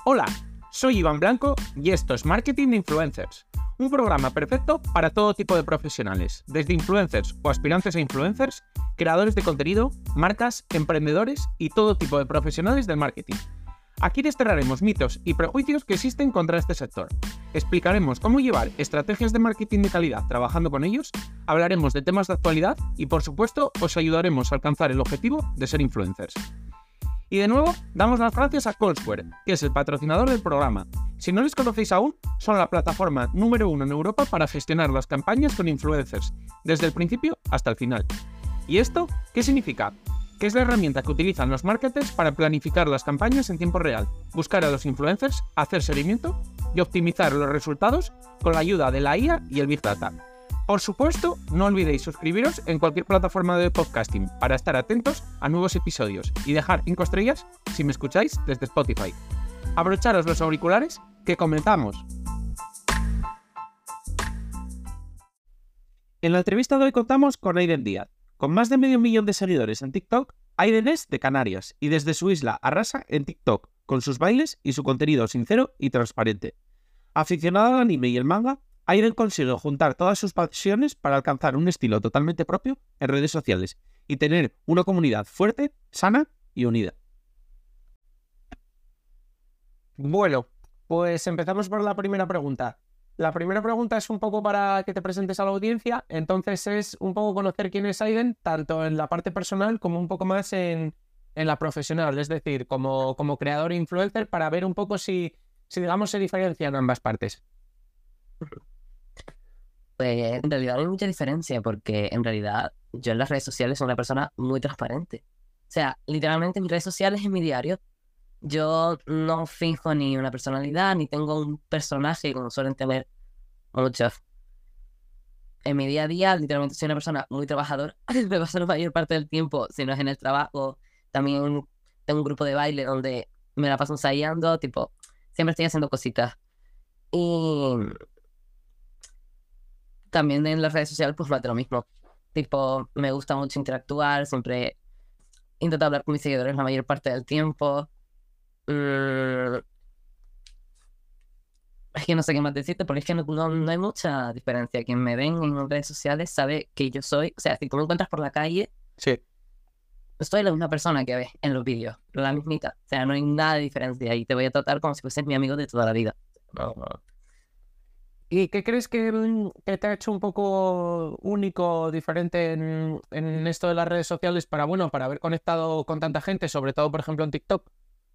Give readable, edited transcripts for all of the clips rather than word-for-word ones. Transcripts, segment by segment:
Hola, soy Iván Blanco y esto es Marketing de Influencers, un programa perfecto para todo tipo de profesionales, desde influencers o aspirantes a influencers, creadores de contenido, marcas, emprendedores y todo tipo de profesionales del marketing. Aquí desterraremos mitos y prejuicios que existen contra este sector. Explicaremos cómo llevar estrategias de marketing de calidad trabajando con ellos, hablaremos de temas de actualidad y, por supuesto, os ayudaremos a alcanzar el objetivo de ser influencers. Y de nuevo, damos las gracias a Coldware, que es el patrocinador del programa. Si no les conocéis aún, son la plataforma número 1 en Europa para gestionar las campañas con influencers, desde el principio hasta el final. ¿Y esto qué significa? Que es la herramienta que utilizan los marketers para planificar las campañas en tiempo real, buscar a los influencers, hacer seguimiento y optimizar los resultados con la ayuda de la IA y el Big Data. Por supuesto, no olvidéis suscribiros en cualquier plataforma de podcasting para estar atentos a nuevos episodios y dejar 5 estrellas si me escucháis desde Spotify. Abrocharos los auriculares, que comenzamos. En la entrevista de hoy contamos con Aiden Díaz. Con más de 500.000 de seguidores en TikTok, Aiden es de Canarias y desde su isla arrasa en TikTok con sus bailes y su contenido sincero y transparente. Aficionado al anime y el manga, Aiden consigue juntar todas sus pasiones para alcanzar un estilo totalmente propio en redes sociales y tener una comunidad fuerte, sana y unida. Bueno, pues empezamos por la primera pregunta. La primera pregunta es un poco para que te presentes a la audiencia, entonces es un poco conocer quién es Aiden, tanto en la parte personal como un poco más en la profesional, es decir, como creador e influencer, para ver un poco si digamos se diferencian ambas partes. Pues en realidad no hay mucha diferencia porque en realidad yo en las redes sociales soy una persona muy transparente. O sea, literalmente mis redes sociales es mi diario. Yo no finjo ni una personalidad, ni tengo un personaje como suelen tener muchos. En mi día a día, literalmente soy una persona muy trabajadora. Me paso la mayor parte del tiempo, si no es en el trabajo, también tengo un grupo de baile donde me la paso ensayando, tipo, siempre estoy haciendo cositas. Y también en las redes sociales, pues más de lo mismo. Tipo, me gusta mucho interactuar, siempre intento hablar con mis seguidores la mayor parte del tiempo. Es que no sé qué más decirte, porque es que no hay mucha diferencia. Quien me ven en redes sociales sabe que yo soy, o sea, si tú me encuentras por la calle, Sí. soy la misma persona que ves en los vídeos, la mismita. O sea, no hay nada de diferencia y te voy a tratar como si fueses mi amigo de toda la vida. No. ¿Y qué crees que te ha hecho un poco único, diferente en esto de las redes sociales para haber conectado con tanta gente, sobre todo, por ejemplo, en TikTok?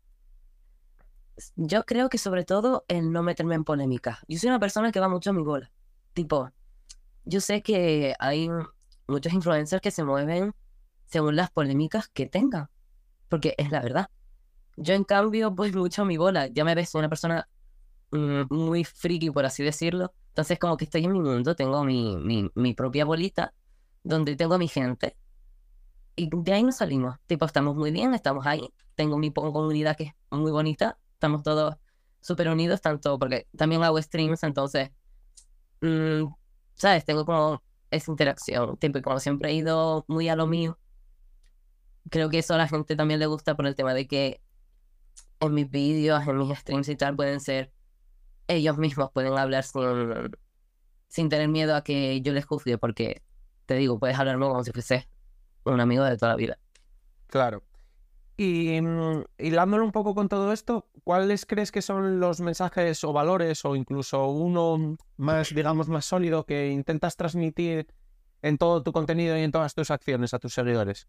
Yo creo que sobre todo el no meterme en polémica. Yo soy una persona que va mucho a mi bola. Tipo, yo sé que hay muchos influencers que se mueven según las polémicas que tengan, porque es la verdad. Yo, en cambio, voy mucho a mi bola. Ya me ves, soy una persona muy friki, por así decirlo. Entonces, como que estoy en mi mundo, tengo mi propia bolita, donde tengo a mi gente, y de ahí nos salimos. Tipo, estamos muy bien, estamos ahí. Tengo mi comunidad que es muy bonita. Estamos todos súper unidos, tanto porque también hago streams, entonces, ¿sabes? Tengo como esa interacción. Tipo, y como siempre he ido muy a lo mío, creo que eso a la gente también le gusta por el tema de que en mis vídeos, en mis streams y tal, pueden ser ellos mismos, pueden hablar sin tener miedo a que yo les juzgue, porque te digo, puedes hablarme como si fuese un amigo de toda la vida. Claro. Y hilándolo un poco con todo esto, ¿cuáles crees que son los mensajes o valores o incluso uno más, digamos, más sólido que intentas transmitir en todo tu contenido y en todas tus acciones a tus seguidores?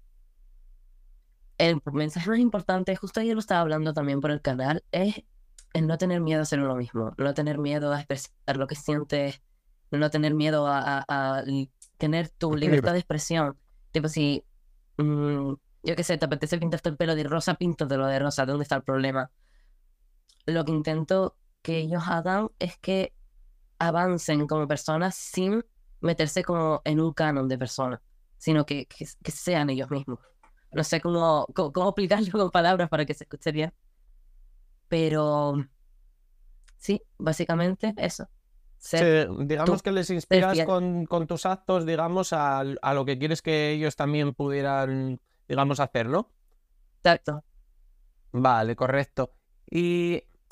El mensaje más importante, justo ayer lo estaba hablando también por el canal, es el no tener miedo a hacer lo mismo, no tener miedo a expresar lo que sientes, no tener miedo a tener tu libertad de expresión. Tipo, si, yo qué sé, te apetece pintarte el pelo de rosa, píntatelo de rosa, ¿dónde está el problema? Lo que intento que ellos hagan es que avancen como personas sin meterse como en un canon de personas, sino que sean ellos mismos. No sé cómo explicarlo con palabras para que se escuche bien. Pero sí, básicamente eso. Sí, digamos que les inspiras con tus actos, digamos, a lo que quieres que ellos también pudieran, digamos, hacer, ¿no? Exacto. Vale, correcto. Y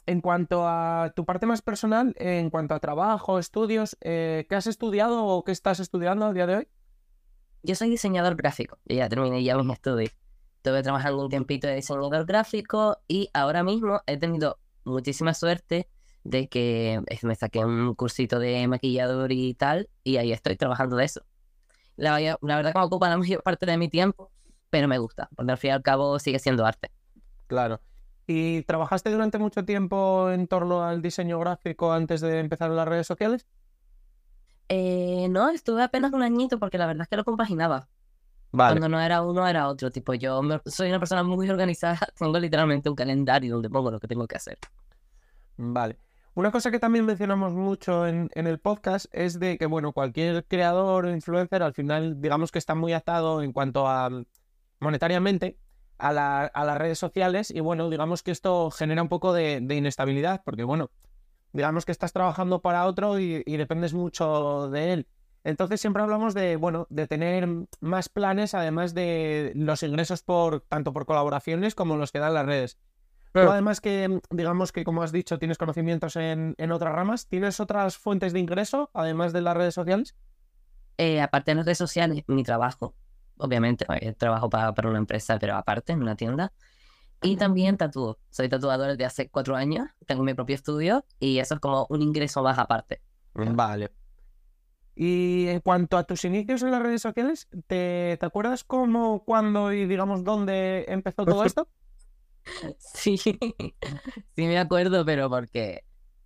en cuanto a tu parte más personal, en cuanto a trabajo, estudios, ¿qué has estudiado o qué estás estudiando a día de hoy? Yo soy diseñador gráfico, y ya terminé ya mis estudios. Estuve trabajando un tiempito de diseñador gráfico y ahora mismo he tenido muchísima suerte de que me saqué un cursito de maquillador y tal, y ahí estoy trabajando de eso. La verdad que me ocupa la mayor parte de mi tiempo, pero me gusta, porque al fin y al cabo sigue siendo arte. Claro. ¿Y trabajaste durante mucho tiempo en torno al diseño gráfico antes de empezar en las redes sociales? No, estuve apenas un añito porque la verdad es que lo compaginaba. Vale, Cuando no era uno, era otro. Tipo, soy una persona muy organizada. Tengo literalmente un calendario donde pongo lo que tengo que hacer. vale. Una cosa que también mencionamos mucho en el podcast es de que, bueno, cualquier creador o influencer al final, digamos que está muy atado en cuanto a monetariamente a las redes sociales y, bueno, digamos que esto genera un poco de inestabilidad porque, bueno, digamos que estás trabajando para otro y dependes mucho de él. Entonces siempre hablamos de, bueno, de tener más planes además de los ingresos tanto por colaboraciones como los que dan las redes. Tú Mm. además que, digamos que como has dicho, tienes conocimientos en otras ramas, ¿tienes otras fuentes de ingreso además de las redes sociales? Aparte de las redes sociales, mi trabajo. Obviamente, trabajo para una empresa, pero aparte, en una tienda. Y también tatúo. Soy tatuador desde hace 4 años. Tengo mi propio estudio y eso es como un ingreso más aparte. Vale. Y en cuanto a tus inicios en las redes sociales, ¿te acuerdas cómo, cuándo y digamos dónde empezó todo esto? Sí, sí me acuerdo, pero porque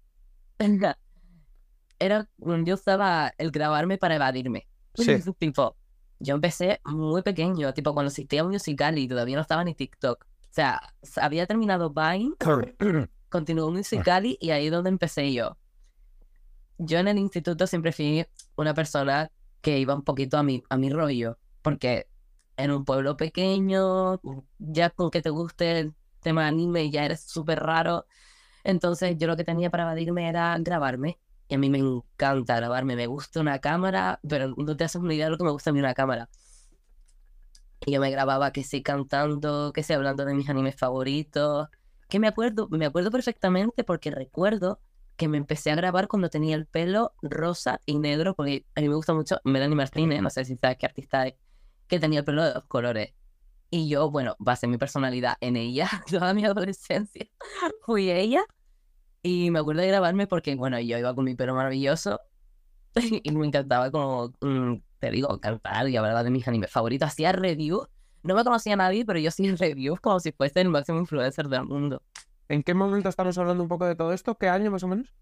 yo usaba el grabarme para evadirme. Sí. Tipo, yo empecé muy pequeño, tipo cuando existía Musical.ly y todavía no estaba ni TikTok. O sea, había terminado Vine, continuó Musical.ly y ahí es donde empecé yo. Yo en el instituto siempre fui una persona que iba un poquito a mi rollo, porque en un pueblo pequeño, ya con que te guste el tema de anime, ya eres súper raro. Entonces yo lo que tenía para evadirme era grabarme. Y a mí me encanta grabarme. Me gusta una cámara, pero no te haces una idea de lo que me gusta a mí una cámara. Y yo me grababa que sí cantando, que sí hablando de mis animes favoritos. Que me acuerdo perfectamente porque recuerdo que me empecé a grabar cuando tenía el pelo rosa y negro, porque a mí me gusta mucho Melanie Martínez, no sé si sabes qué artista es, que tenía el pelo de 2 colores. Y yo, bueno, basé mi personalidad en ella, toda mi adolescencia. Fui ella. Y me acuerdo de grabarme porque, bueno, yo iba con mi pelo maravilloso y me encantaba como, te digo, cantar y hablar de mis animes favoritos. Hacía reviews. No me conocía a nadie, pero yo hacía reviews como si fuese el máximo influencer del mundo. ¿En qué momento estamos hablando un poco de todo esto? ¿Qué año más o menos?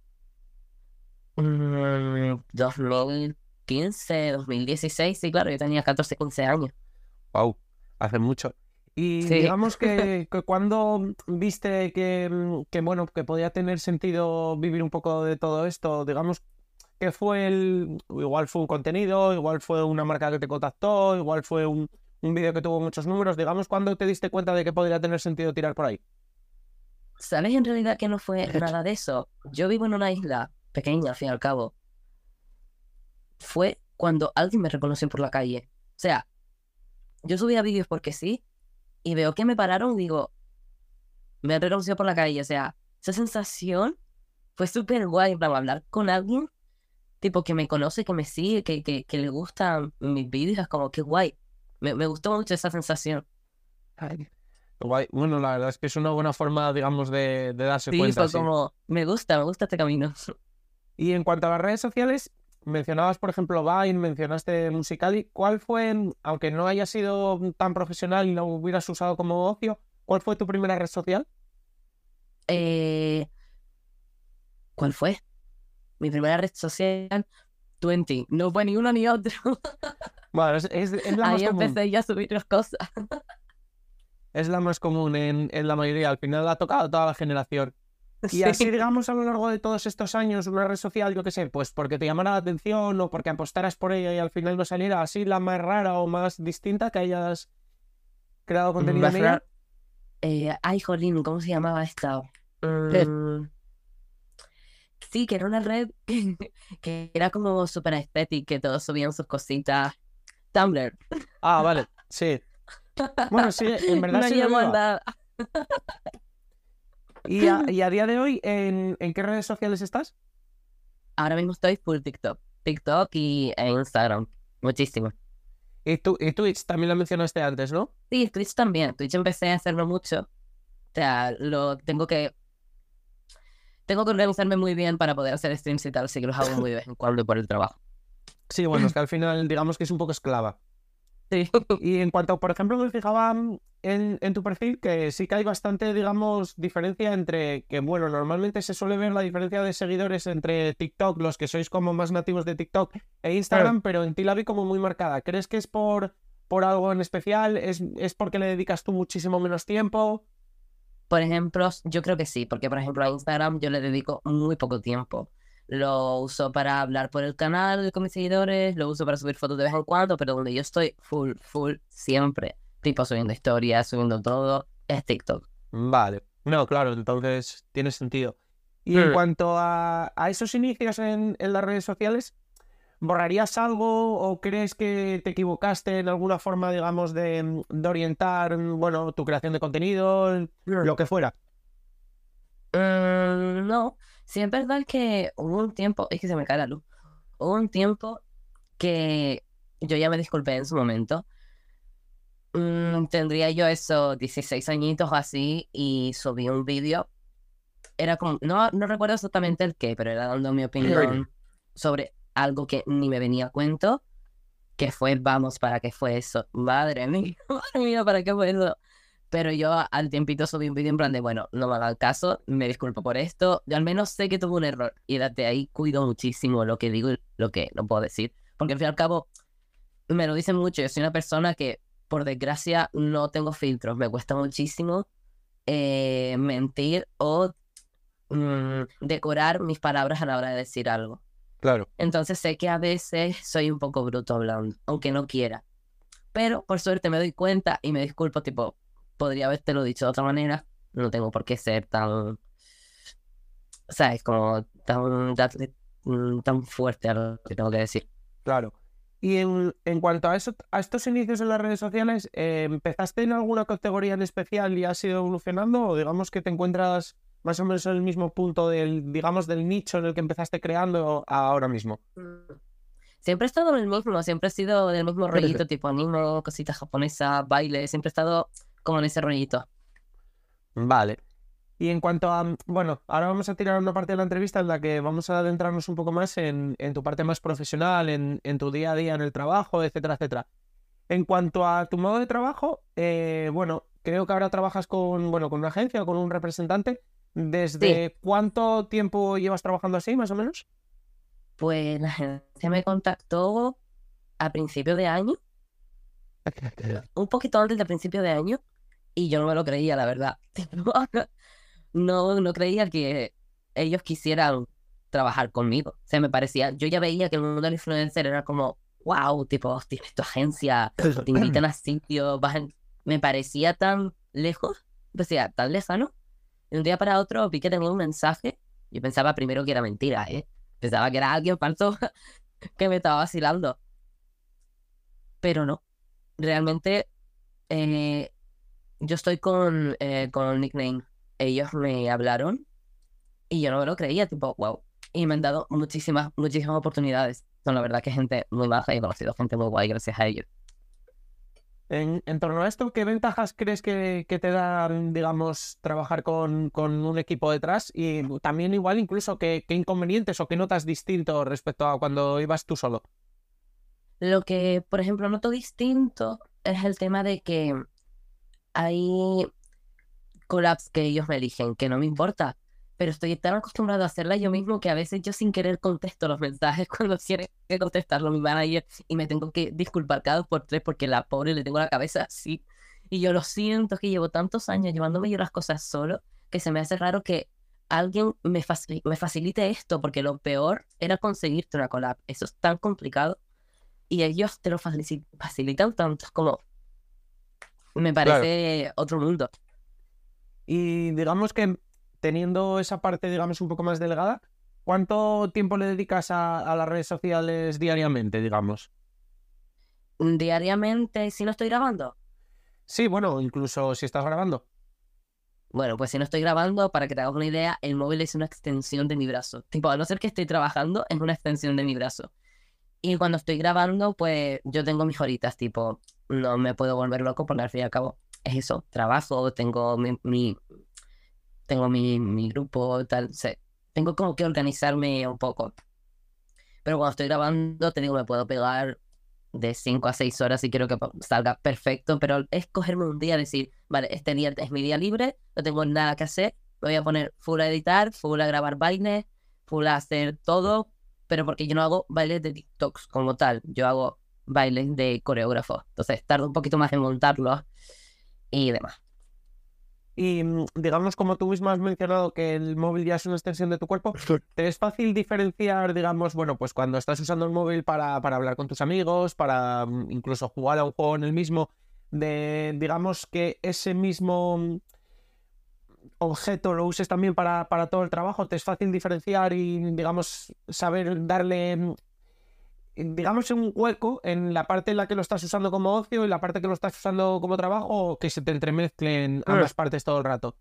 2015, 2016, sí, claro, yo tenía 14, 15 años. Wow, hace mucho. Y Sí, digamos que cuando viste que, bueno, que podía tener sentido vivir un poco de todo esto, digamos que fue igual fue un contenido, igual fue una marca que te contactó, igual fue un vídeo que tuvo muchos números, digamos, ¿cuándo te diste cuenta de que podría tener sentido tirar por ahí? ¿sabes en realidad que no fue nada de eso? Yo vivo en una isla pequeña, al fin y al cabo. Fue cuando alguien me reconoció por la calle. O sea, yo subía vídeos porque sí, y veo que me pararon y digo, me han reconocido por la calle. O sea, esa sensación fue súper guay, en plan, hablar con alguien, tipo, que me conoce, que me sigue, que le gustan mis vídeos, es como que guay. Me gustó mucho esa sensación. Ay, guay. Bueno, la verdad es que es una buena forma, digamos, de darse Sí, cuenta, fue sí. como, me gusta este camino. Y en cuanto a las redes sociales, mencionabas, por ejemplo, Vine, mencionaste Musical.ly. ¿Cuál fue, aunque no haya sido tan profesional y lo hubieras usado como ocio, cuál fue tu primera red social? Eh, ¿Cuál fue? Mi primera red social, 20. No fue ni uno ni otro. Bueno, es la más Ahí común. empecé ya a subir las cosas. Es la más común en la mayoría. Al final ha tocado a toda la generación. Y así, Sí. digamos, a lo largo de todos estos años, una red social, yo qué sé, pues porque te llamara la atención o porque apostaras por ella y al final no saliera así la más rara o más distinta que hayas creado contenido en Más ella. raro. Ay, jolín, ¿cómo se llamaba esta? Eh, Mm, sí, que era una red que era como súper estética, que todos subían sus cositas. Tumblr. Ah, vale, sí. Bueno, sí, en verdad No sí lo llamo a iba. nada. Y a día de hoy, ¿en qué redes sociales estás? Ahora mismo estoy full TikTok. TikTok e Instagram. Muchísimo. Y Twitch, también lo mencionaste antes, ¿no? Sí, Twitch también. Twitch empecé a hacerlo mucho. O sea, tengo que organizarme muy bien para poder hacer streams y tal, así que los hago muy de vez en cuando por el trabajo. Sí, bueno, es que al final digamos que es un poco esclava. Sí. Y en cuanto, por ejemplo, me fijaba en tu perfil que sí que hay bastante, digamos, diferencia entre que, bueno, normalmente se suele ver la diferencia de seguidores entre TikTok, los que sois como más nativos de TikTok e Instagram, pero en ti la vi como muy marcada. ¿Crees que es por algo en especial? ¿Es porque le dedicas tú muchísimo menos tiempo? Por ejemplo, yo creo que sí, porque por ejemplo a Instagram yo le dedico muy poco tiempo. Lo uso para hablar por el canal con mis seguidores, lo uso para subir fotos de vez en cuando, pero donde yo estoy full, siempre, tipo subiendo historias, subiendo todo, es TikTok. Vale. No, claro, entonces tiene sentido. Y en Mm. cuanto a esos inicios en las redes sociales, ¿borrarías algo o crees que te equivocaste en alguna forma, digamos, de orientar, bueno, tu creación de contenido, lo que fuera? No, sí es verdad que hubo un tiempo, es que se me cae la luz, hubo un tiempo que yo ya me disculpé en su momento. Tendría yo eso, 16 añitos o así, y subí un vídeo. Era como, no recuerdo exactamente el qué, pero era dando mi opinión sobre algo que ni me venía a cuento, que fue, vamos, ¿para qué fue eso? Madre mía, madre mía, ¿para qué fue eso? Pero yo al tiempito subí un vídeo en plan de, bueno, no me hagan caso, me disculpo por esto, yo al menos sé que tuve un error, y desde ahí cuido muchísimo lo que digo y lo que no puedo decir, porque al fin y al cabo me lo dicen mucho, yo soy una persona que, por desgracia, no tengo filtros, me cuesta muchísimo mentir o decorar mis palabras a la hora de decir algo. Claro. Entonces sé que a veces soy un poco bruto hablando, aunque no quiera. Pero por suerte me doy cuenta y me disculpo, tipo, podría habértelo dicho de otra manera. No tengo por qué ser tan, ¿sabes? Como tan fuerte a lo que tengo que decir. Claro. Y en cuanto a eso, a estos inicios en las redes sociales, ¿empezaste en alguna categoría en especial y has ido evolucionando? ¿O digamos que te encuentras más o menos en el mismo punto digamos, del nicho en el que empezaste creando ahora mismo? Siempre he estado en el mismo, siempre he sido del mismo rollito, tipo anime, cositas japonesas, baile, siempre he estado como en ese rollito. Vale. Y en cuanto a, bueno, ahora vamos a tirar una parte de la entrevista en la que vamos a adentrarnos un poco más en tu parte más profesional, en tu día a día en el trabajo, etcétera, etcétera. En cuanto a tu modo de trabajo, bueno, creo que ahora trabajas bueno, con una agencia o con un representante. Sí, ¿Desde cuánto tiempo llevas trabajando así, más o menos? pues la agencia me contactó a principio de año, un poquito antes del principio de año, y yo no me lo creía, la verdad. No creía que ellos quisieran trabajar conmigo. O sea, me parecía, yo ya veía que el mundo del influencer era como, wow, tipo, tienes tu agencia, te invitan a sitios, me parecía tan lejos, decía, tan lejano. De un día para otro vi que tenía un mensaje. Yo pensaba primero que era mentira, ¿eh? Pensaba que era alguien falso que me estaba vacilando. Pero no. Realmente eh, yo estoy con Nickname. Ellos me hablaron y yo no me lo creía, tipo, wow. Y me han dado muchísimas oportunidades. Son la verdad que gente muy baja y he conocido gente muy guay gracias a ellos. En torno a esto, ¿qué ventajas crees que te dan, digamos, trabajar con un equipo detrás? Y también igual incluso qué inconvenientes o qué notas distinto respecto a cuando ibas tú solo. Lo que, por ejemplo, noto distinto es el tema de que hay collabs que ellos me eligen, que no me importa, pero estoy tan acostumbrado a hacerla yo mismo que a veces yo sin querer contesto los mensajes cuando tiene que contestarlo mi manager y me tengo que disculpar cada 2 por 3 porque la pobre le tengo la cabeza así. Y yo lo siento, que llevo tantos años llevándome yo las cosas solo, que se me hace raro que alguien me facilite esto, porque lo peor era conseguirte una collab. Eso es tan complicado y ellos te lo facilitan tanto, es como me Claro. parece otro mundo. Y digamos que teniendo esa parte, digamos, un poco más delgada, ¿cuánto tiempo le dedicas a las redes sociales diariamente, digamos? Diariamente, si no estoy grabando. Sí, bueno, incluso si estás grabando. Bueno, pues si no estoy grabando, para que te hagas una idea, el móvil es una extensión de mi brazo. Tipo, a no ser que estoy trabajando, es una extensión de mi brazo. Y cuando estoy grabando, pues yo tengo mis horitas, tipo, no me puedo volver loco porque al fin y al cabo es eso, trabajo, tengo mi grupo, tal, tengo como que organizarme un poco. Pero cuando estoy grabando, te digo, me puedo pegar de 5 a 6 horas y quiero que salga perfecto, pero es cogerme un día, decir, vale, este día es mi día libre, no tengo nada que hacer, me voy a poner full a editar, full a grabar bailes, full a hacer todo, pero porque yo no hago bailes de TikToks como tal, yo hago bailes de coreógrafo, entonces tardo un poquito más en montarlos y demás. Y digamos, como tú mismo has mencionado que el móvil ya es una extensión de tu cuerpo, ¿te es fácil diferenciar, digamos, bueno, pues cuando estás usando el móvil para hablar con tus amigos, para incluso jugar a un juego en el mismo, de, digamos, que ese mismo objeto lo uses también para todo el trabajo? ¿Te es fácil diferenciar y, digamos, saber darle, digamos, un hueco en la parte en la que lo estás usando como ocio y la parte que lo estás usando como trabajo, o que se te entremezclen ambas partes todo el rato?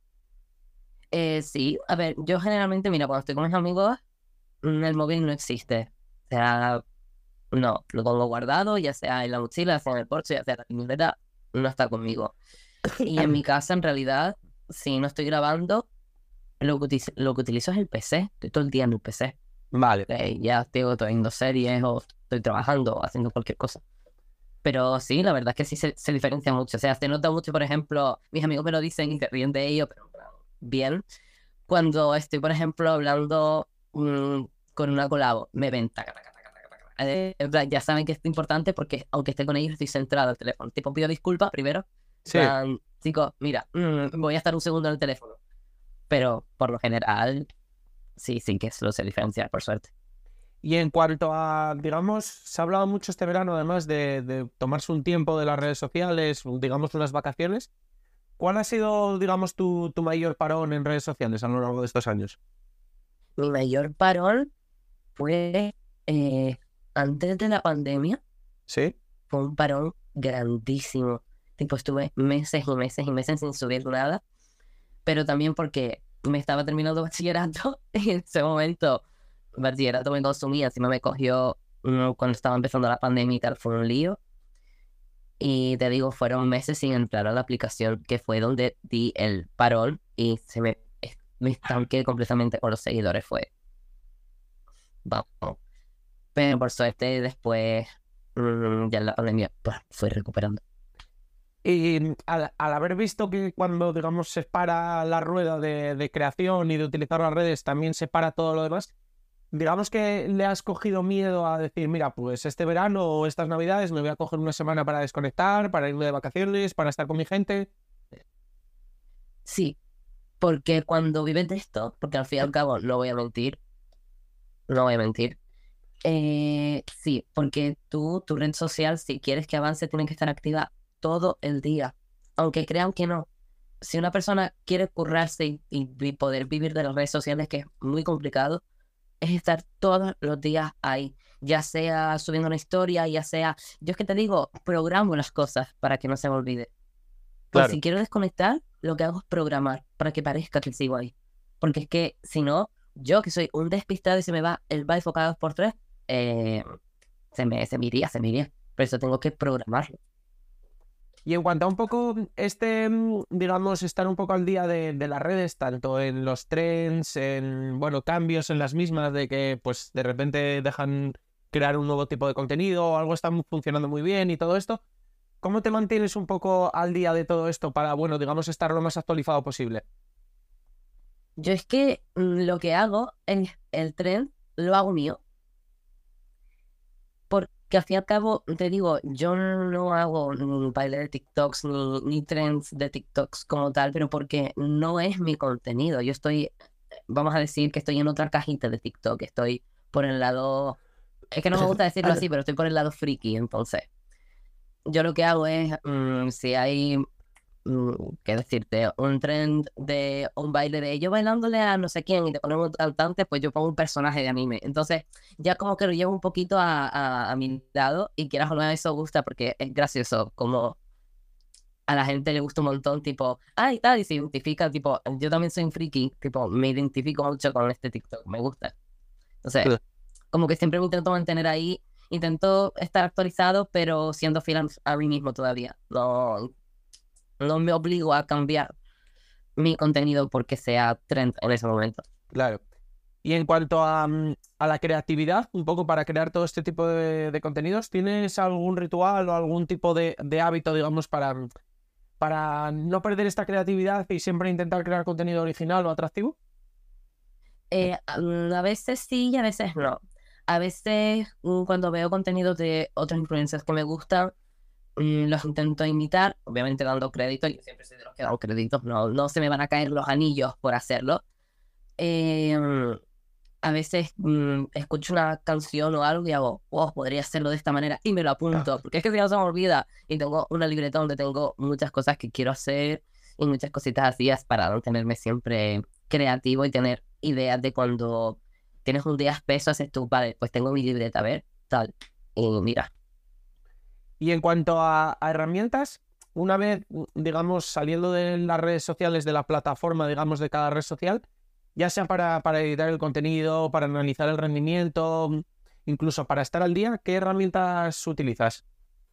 Sí, a ver, yo generalmente, mira, cuando estoy con mis amigos, el móvil no existe. O sea, no, lo tengo guardado, ya sea en la mochila, ya sea en el porche, ya sea en la libreta, no está conmigo. Y en mi casa, en realidad, si no estoy grabando, lo que utilizo es el PC. Estoy todo el día en el PC. Vale. Ya estoy viendo series o estoy trabajando o haciendo cualquier cosa. Pero sí, la verdad es que sí se diferencia mucho. O sea, se nota mucho, por ejemplo, mis amigos me lo dicen y se ríen de ello, pero bien. Cuando estoy, por ejemplo, hablando con una colabo, me ven, taca, taca, taca, taca, taca. En plan, ya saben que es importante porque aunque esté con ellos estoy centrado al teléfono. Tipo, pido disculpas primero. En Sí. plan, chicos, mira, voy a estar un segundo en el teléfono. Pero por lo general, sí que eso se diferencia, por suerte. Y en cuanto a, digamos, se ha hablado mucho este verano, además de tomarse un tiempo de las redes sociales, digamos, unas vacaciones. ¿Cuál ha sido, digamos, tu mayor parón en redes sociales a lo largo de estos años? Mi mayor parón fue antes de la pandemia. Sí. Fue un parón grandísimo. Tipo, estuve meses y meses y meses sin subir nada, pero también porque me estaba terminando bachillerato y en ese momento bachillerato me consumía, encima me cogió cuando estaba empezando la pandemia y tal, fue un lío. Y te digo, fueron meses sin entrar a la aplicación, que fue donde di el parón y me estanqué completamente con los seguidores, fue, vamos. Pero por suerte después, ya la pandemia, pues, fui recuperando. Y al haber visto que cuando, digamos, se para la rueda de creación y de utilizar las redes, también se para todo lo demás, digamos que le has cogido miedo a decir, mira, pues este verano o estas navidades me voy a coger una semana para desconectar, para irme de vacaciones, para estar con mi gente. Sí, porque cuando vives de esto, porque al fin y al cabo, no voy a mentir, sí, porque tu red social, si quieres que avance, tiene que estar activa todo el día, aunque crean que no. Si una persona quiere currarse y poder vivir de las redes sociales, que es muy complicado, es estar todos los días ahí, ya sea subiendo una historia, ya sea, yo es que te digo, programo las cosas para que no se me olvide. Por Claro. si quiero desconectar, lo que hago es programar para que parezca que sigo ahí. Porque es que si no, yo que soy un despistado y se me va el byte cada 2x3, eh, se me iría. Por eso tengo que programarlo. Y en cuanto a un poco digamos, estar un poco al día de las redes, tanto en los trends, en, bueno, cambios en las mismas, de que, pues, de repente dejan crear un nuevo tipo de contenido, o algo está funcionando muy bien y todo esto, ¿cómo te mantienes un poco al día de todo esto para, bueno, digamos, estar lo más actualizado posible? Yo es que lo que hago es el trend, lo hago mío. Porque al fin y al cabo, te digo, yo no hago ni baile de TikToks ni trends de TikToks como tal, pero porque no es mi contenido. Yo estoy, vamos a decir que estoy en otra cajita de TikTok, estoy por el lado, es que no me gusta decirlo así, pero estoy por el lado friki, entonces. Yo lo que hago es, si hay qué decirte, un trend de un baile de ellos bailándole a no sé quién y te ponen un cantante, pues yo pongo un personaje de anime. Entonces, ya como que lo llevo un poquito a mi lado y quieras o no, eso gusta porque es gracioso, como a la gente le gusta un montón, tipo, y tal, y se identifica, tipo, yo también soy un friki, tipo, me identifico mucho con este TikTok, me gusta. Entonces, como que siempre me intento mantener ahí, intento estar actualizado, pero siendo fiel a mí mismo todavía. No, no me obligo a cambiar mi contenido porque sea trend en ese momento. Claro. Y en cuanto a la creatividad, un poco para crear todo este tipo de contenidos, ¿tienes algún ritual o algún tipo de hábito, digamos, para no perder esta creatividad y siempre intentar crear contenido original o atractivo? A veces sí y a veces no. A veces cuando veo contenido de otros influencers que me gustan, los intento imitar, obviamente dando crédito. Yo siempre soy de los que dan créditos, no se me van a caer los anillos por hacerlo. Eh, a veces escucho una canción o algo y hago, podría hacerlo de esta manera y me lo apunto, porque es que si no se me olvida y tengo una libreta donde tengo muchas cosas que quiero hacer y muchas cositas así para mantenerme siempre creativo y tener ideas de cuando tienes un día espeso, haces tú, vale, pues tengo mi libreta, a ver, tal, y mira. Y en cuanto a herramientas, una vez, digamos, saliendo de las redes sociales, de la plataforma, digamos, de cada red social, ya sea para editar el contenido, para analizar el rendimiento, incluso para estar al día, ¿qué herramientas utilizas?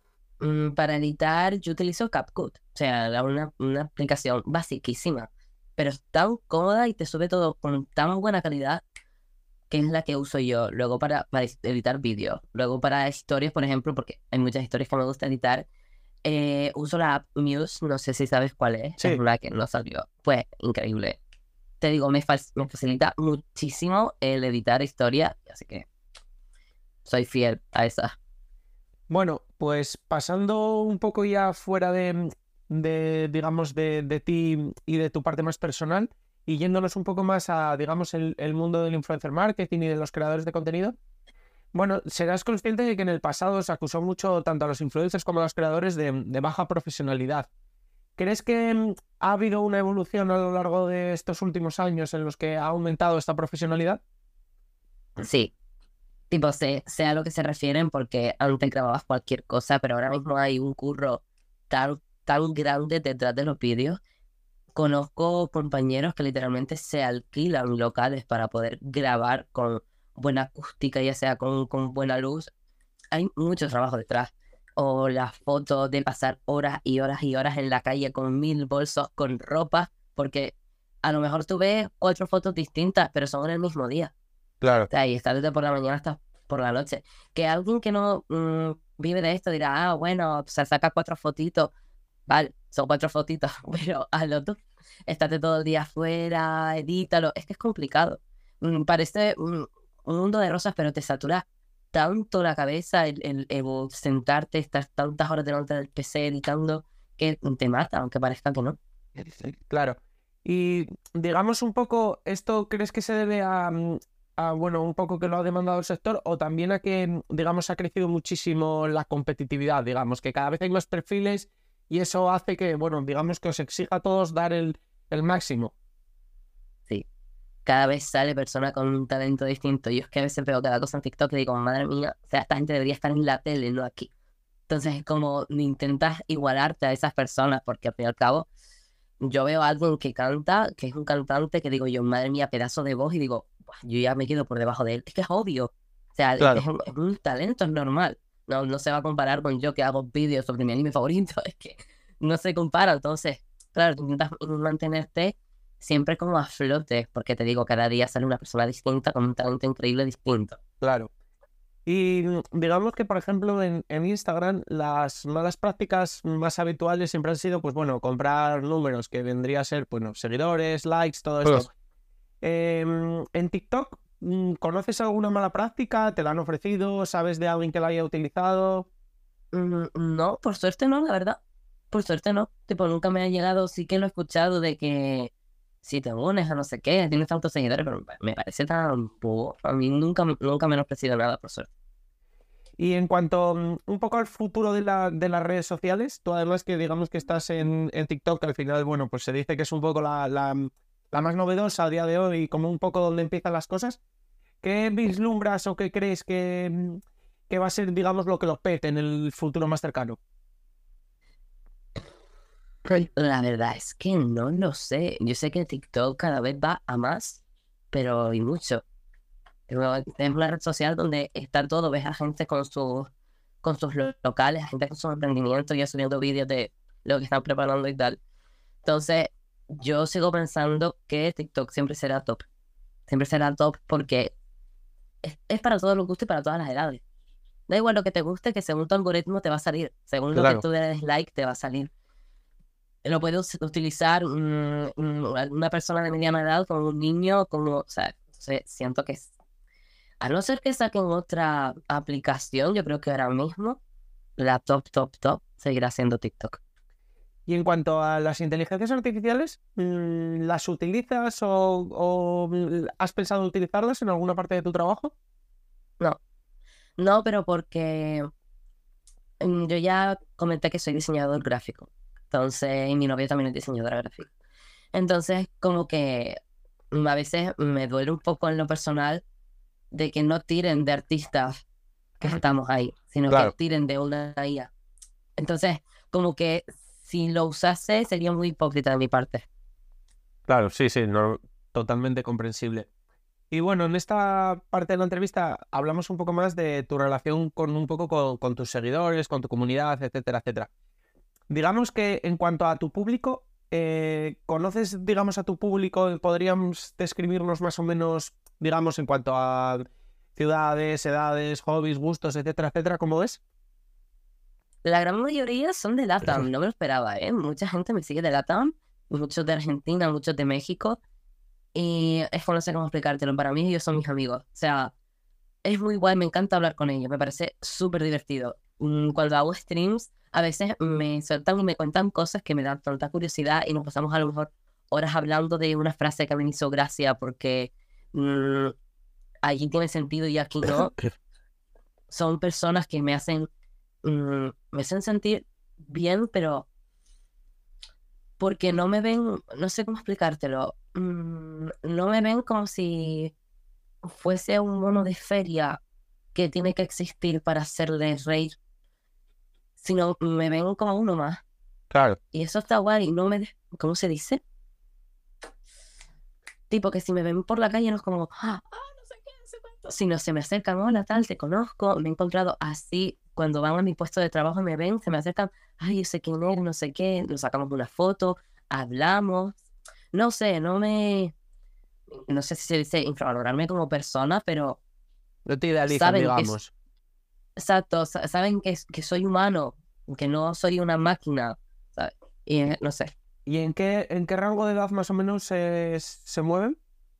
Para editar, yo utilizo CapCut, o sea, una aplicación basiquísima, pero es tan cómoda y te sube todo con tan buena calidad que es la que uso yo. Luego para editar vídeos, luego para historias, por ejemplo, porque hay muchas historias que me gusta editar, uso la app Muse, no sé si sabes cuál es Sí. una que no salió, pues increíble. Te digo, me facilita muchísimo el editar historias, así que soy fiel a esa. Bueno, pues pasando un poco ya fuera digamos, de ti y de tu parte más personal y yéndonos un poco más a, digamos, el mundo del influencer marketing y de los creadores de contenido. Bueno, serás consciente de que en el pasado se acusó mucho tanto a los influencers como a los creadores de baja profesionalidad. ¿Crees que ha habido una evolución a lo largo de estos últimos años en los que ha aumentado esta profesionalidad? Sí, tipo, sé a lo que se refieren porque antes grababas cualquier cosa, pero ahora mismo hay un curro tan grande detrás de los vídeos. Conozco compañeros que literalmente se alquilan locales para poder grabar con buena acústica, ya sea con buena luz. Hay mucho trabajo detrás. O las fotos de pasar horas y horas y horas en la calle con 1000 bolsos con ropa, porque a lo mejor tú ves 4 fotos distintas, pero son en el mismo día. Claro. O sea, y está desde por la mañana hasta por la noche. Que alguien que no vive de esto dirá, bueno, se saca 4 fotitos. Vale, son 4 fotitos, pero hazlo tú. Estate todo el día afuera, edítalo. Es que es complicado. Parece un mundo de rosas, pero te satura tanto la cabeza el sentarte, estar tantas horas delante del PC editando, que te mata, aunque parezca que no. Claro. Y digamos un poco, ¿esto crees que se debe bueno, un poco que lo ha demandado el sector o también a que, digamos, ha crecido muchísimo la competitividad, digamos, que cada vez hay más perfiles y eso hace que, bueno, digamos que os exija a todos dar el máximo? Sí. Cada vez sale persona con un talento distinto. Yo es que a veces veo cada cosa en TikTok y digo, madre mía, o sea, esta gente debería estar en la tele, no aquí. Entonces es como intentas igualarte a esas personas, porque al fin y al cabo, yo veo a alguien que canta, que es un cantante, que digo yo, madre mía, pedazo de voz, y digo, "Buah, yo ya me quedo por debajo de él". Es que es obvio. O sea, Claro. es un talento, es normal. No se va a comparar con yo que hago vídeos sobre mi anime favorito. Es que no se compara. Entonces, claro, tú intentas mantenerte siempre como a flote, porque te digo, cada día sale una persona distinta con un talento increíble distinto. Claro. Y digamos que, por ejemplo, en Instagram las malas prácticas más habituales siempre han sido, pues bueno, comprar números, que vendría a ser, bueno, seguidores, likes, todo esto. En TikTok, ¿conoces alguna mala práctica? ¿Te la han ofrecido? ¿Sabes de alguien que la haya utilizado? No, por suerte no, la verdad. Por suerte no. Tipo, nunca me ha llegado, sí que lo he escuchado de que si te unes a no sé qué, tienes tantos seguidores, pero me parece tan bobo. A mí nunca me han ofrecido nada, por suerte. Y en cuanto un poco al futuro de las redes sociales, tú además que digamos que estás en TikTok, que al final, bueno, pues se dice que es un poco la más novedosa a día de hoy y como un poco donde empiezan las cosas. ¿Qué vislumbras o qué crees que va a ser, digamos, lo que lo pete en el futuro más cercano? La verdad es que no lo sé. Yo sé que TikTok cada vez va a más, pero y mucho. Pero es una red social donde está todo, ves a gente con sus locales, a gente con sus emprendimientos, ya subiendo vídeos de lo que están preparando y tal. Entonces, yo sigo pensando que TikTok siempre será top. Siempre será top porque es para todos los gustos y para todas las edades. Da igual lo que te guste, que según tu algoritmo te va a salir. Según lo que Claro. tú le des like, te va a salir. Lo puede utilizar una persona de mediana edad como un niño, como, o sea, entonces siento que a no ser que saquen otra aplicación, yo creo que ahora mismo la top seguirá siendo TikTok. Y en cuanto a las inteligencias artificiales, ¿las utilizas o has pensado utilizarlas en alguna parte de tu trabajo? No, no, pero porque yo ya comenté que soy diseñador gráfico. Entonces, y mi novio también es diseñadora gráfica. Entonces, como que a veces me duele un poco en lo personal de que no tiren de artistas que estamos ahí, sino que Claro, tiren de una IA. Entonces, como que si lo usase sería muy hipócrita de mi parte. claro, sí, sí, no, totalmente comprensible. Y bueno, en esta parte de la entrevista hablamos un poco más de tu relación con un poco con tus seguidores, con tu comunidad, etcétera, etcétera. Digamos que en cuanto a tu público, ¿conoces, digamos, a tu público? ¿Podríamos describirnos más o menos, digamos, en cuanto a ciudades, edades, hobbies, gustos, etcétera, etcétera? ¿Cómo es? La gran mayoría son de LATAM, no me lo esperaba, ¿eh? Mucha gente me sigue de LATAM, muchos de Argentina, muchos de México, y es que no sé cómo explicártelo, para mí ellos son mis amigos, o sea, es muy guay, me encanta hablar con ellos, me parece súper divertido. Cuando hago streams, a veces me sueltan y me cuentan cosas que me dan tanta curiosidad y nos pasamos a lo mejor horas hablando de una frase que me hizo gracia porque mm, allí tiene sentido y aquí no. Son personas que me hacen sentir bien, pero porque no me ven, no sé cómo explicártelo, no me ven como si fuese un mono de feria que tiene que existir para hacerles reír, sino me ven como uno más. Claro, Y eso está guay, y no me... ¿Cómo se dice? Tipo que si me ven por la calle no es como, no sé qué, no sé cuánto. Sino se me acercan, hola, tal, te conozco. Me he encontrado así, cuando van a mi puesto de trabajo y me ven, se me acercan, ay, yo sé quién eres, no sé qué, nos sacamos una foto, hablamos. No sé, no sé si se dice infravalorarme como persona, pero no te idealizan, saben que digamos. exacto, saben que soy humano, que no soy una máquina, ¿sabes? Y no sé, ¿Y en qué rango de edad más o menos se mueven?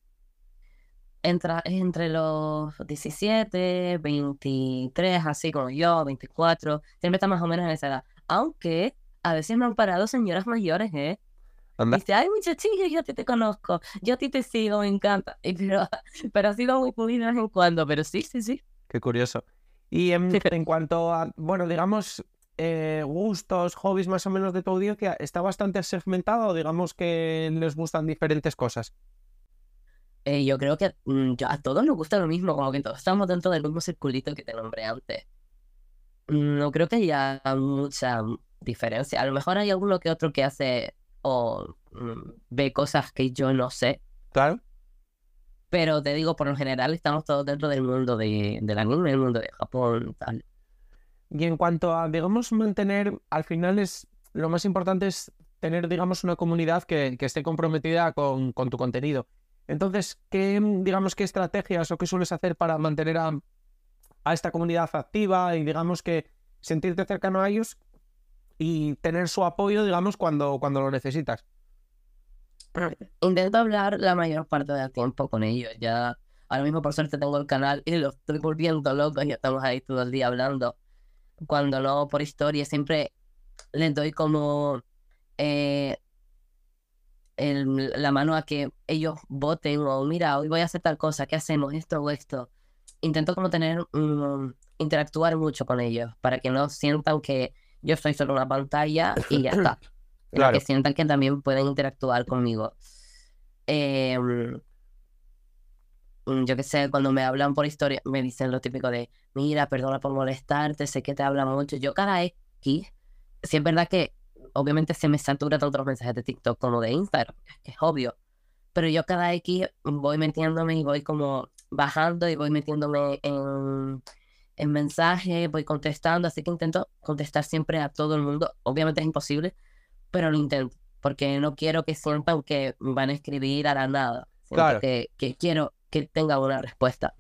entre los 17 23 así como yo, 24 siempre está más o menos en esa edad. Aunque a veces me han parado señoras mayores, ¿eh? Anda, Dice, ay, muchachillo, yo a ti te conozco, yo a ti te sigo, me encanta. Pero ha sido muy de vez en cuando, pero sí, sí, sí. qué curioso. Y en cuanto a, bueno, digamos, gustos, hobbies más o menos de tu audiencia, ¿está bastante segmentado? Digamos que les gustan diferentes cosas. Yo creo que a todos nos gusta lo mismo, como que todos estamos dentro del mismo circulito que te nombré antes. No creo que haya mucha diferencia. A lo mejor hay alguno que otro que hace o ve cosas que yo no sé, Claro. pero te digo, por lo general estamos todos dentro del mundo del anime, el mundo de Japón, tal. Y en cuanto a, digamos, mantener, al final es lo más importante es tener, digamos, una comunidad que esté comprometida con tu contenido. Entonces, digamos, qué estrategias o qué sueles hacer para mantener a esta comunidad activa y, digamos, que sentirte cercano a ellos y tener su apoyo, digamos, cuando lo necesitas? Intento hablar la mayor parte del tiempo con ellos. Ya ahora mismo por suerte tengo el canal y lo estoy volviendo loco y estamos ahí todo el día hablando. Cuando no por historia, siempre les doy como eh, la mano a que ellos voten o mira, hoy voy a hacer tal cosa, ¿qué hacemos? Esto o esto. Intento como interactuar mucho con ellos para que no sientan que yo estoy solo en una pantalla y ya está, sino que Claro, sientan que también pueden interactuar conmigo. Eh, yo qué sé, cuando me hablan por historia, me dicen lo típico de, mira, perdona por molestarte, sé que te hablan mucho. Yo cada X, sí es verdad que obviamente se me satura tanto los mensajes de TikTok como de Instagram, que es obvio. Pero yo cada X voy metiéndome y voy como bajando y voy metiéndome en mensajes, voy contestando, así que intento contestar siempre a todo el mundo. Obviamente es imposible, pero lo intento, porque no quiero que sientan que van a escribir a la nada. Siento Claro. que quiero que tengan una respuesta.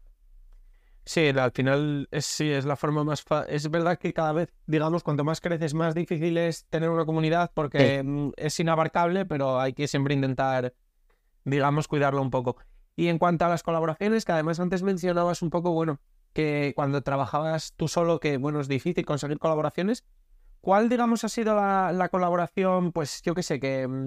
Sí, al final sí, es la forma más es verdad que cada vez, digamos, cuanto más creces, más difícil es tener una comunidad Sí. porque es inabarcable, pero hay que siempre intentar, digamos, cuidarlo un poco. Y en cuanto a las colaboraciones, que además antes mencionabas un poco, bueno, que cuando trabajabas tú solo, que bueno, es difícil conseguir colaboraciones, ¿cuál, digamos, ha sido la colaboración, pues yo qué sé,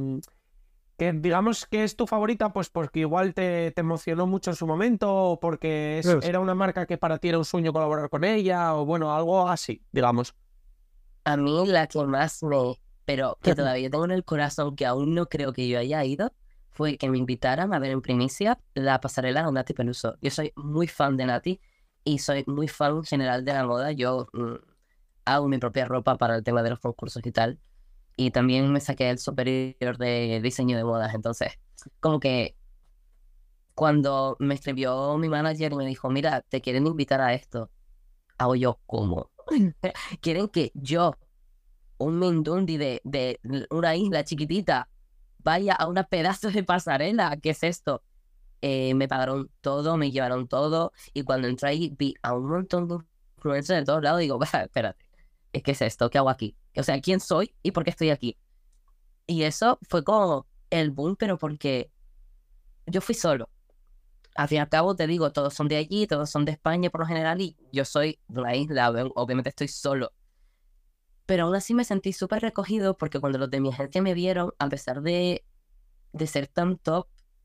que digamos que es tu favorita, pues porque igual te emocionó mucho en su momento, o porque Pues, era una marca que para ti era un sueño colaborar con ella, o bueno, algo así, digamos. a mí la que más pero que todavía tengo en el corazón, que aún no creo que yo haya ido, fue que me invitaran a ver en primicia la pasarela de Nati Peluso. Yo soy muy fan de Nati y soy muy fan en general de la moda. Yo hago mi propia ropa para el tema de los concursos y tal. Y también me saqué el superior de diseño de modas. Entonces, como que cuando me escribió mi manager y me dijo, mira, te quieren invitar a esto, hago yo, ¿cómo? Quieren que yo, un mindundi de una isla chiquitita, vaya a una pedazo de pasarela. ¿Qué es esto? Me pagaron todo, me llevaron todo, y cuando entré ahí vi a un montón de influencers de todos lados, digo, "Bah, espérate, ¿qué es esto? ¿Qué hago aquí? O sea, ¿quién soy y por qué estoy aquí?". Y eso fue como el boom, pero porque yo fui solo. Al fin y al cabo, te digo, todos son de allí, todos son de España por lo general, y yo soy de una isla, obviamente estoy solo. Pero aún así me sentí súper recogido porque cuando los de mi agencia me vieron, a pesar de ser tan top,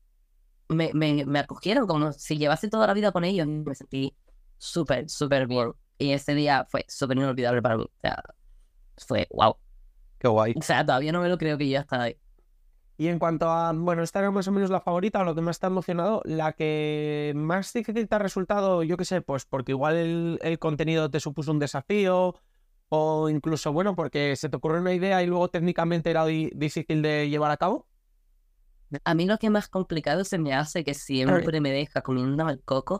me acogieron como si llevase toda la vida con ellos. Me sentí súper, súper bien. Y ese día fue súper inolvidable para mí. O sea, fue wow. Qué guay. O sea, todavía no me lo creo que yo ya estaba ahí. Y en cuanto a, bueno, esta era más o menos la favorita, o lo que más te ha emocionado, la que más difícil te ha resultado, yo qué sé, pues porque igual el contenido te supuso un desafío, o incluso, bueno, porque se te ocurrió una idea y luego técnicamente era difícil de llevar a cabo. A mí lo que más complicado se me hace, que siempre me deja comiendo el coco,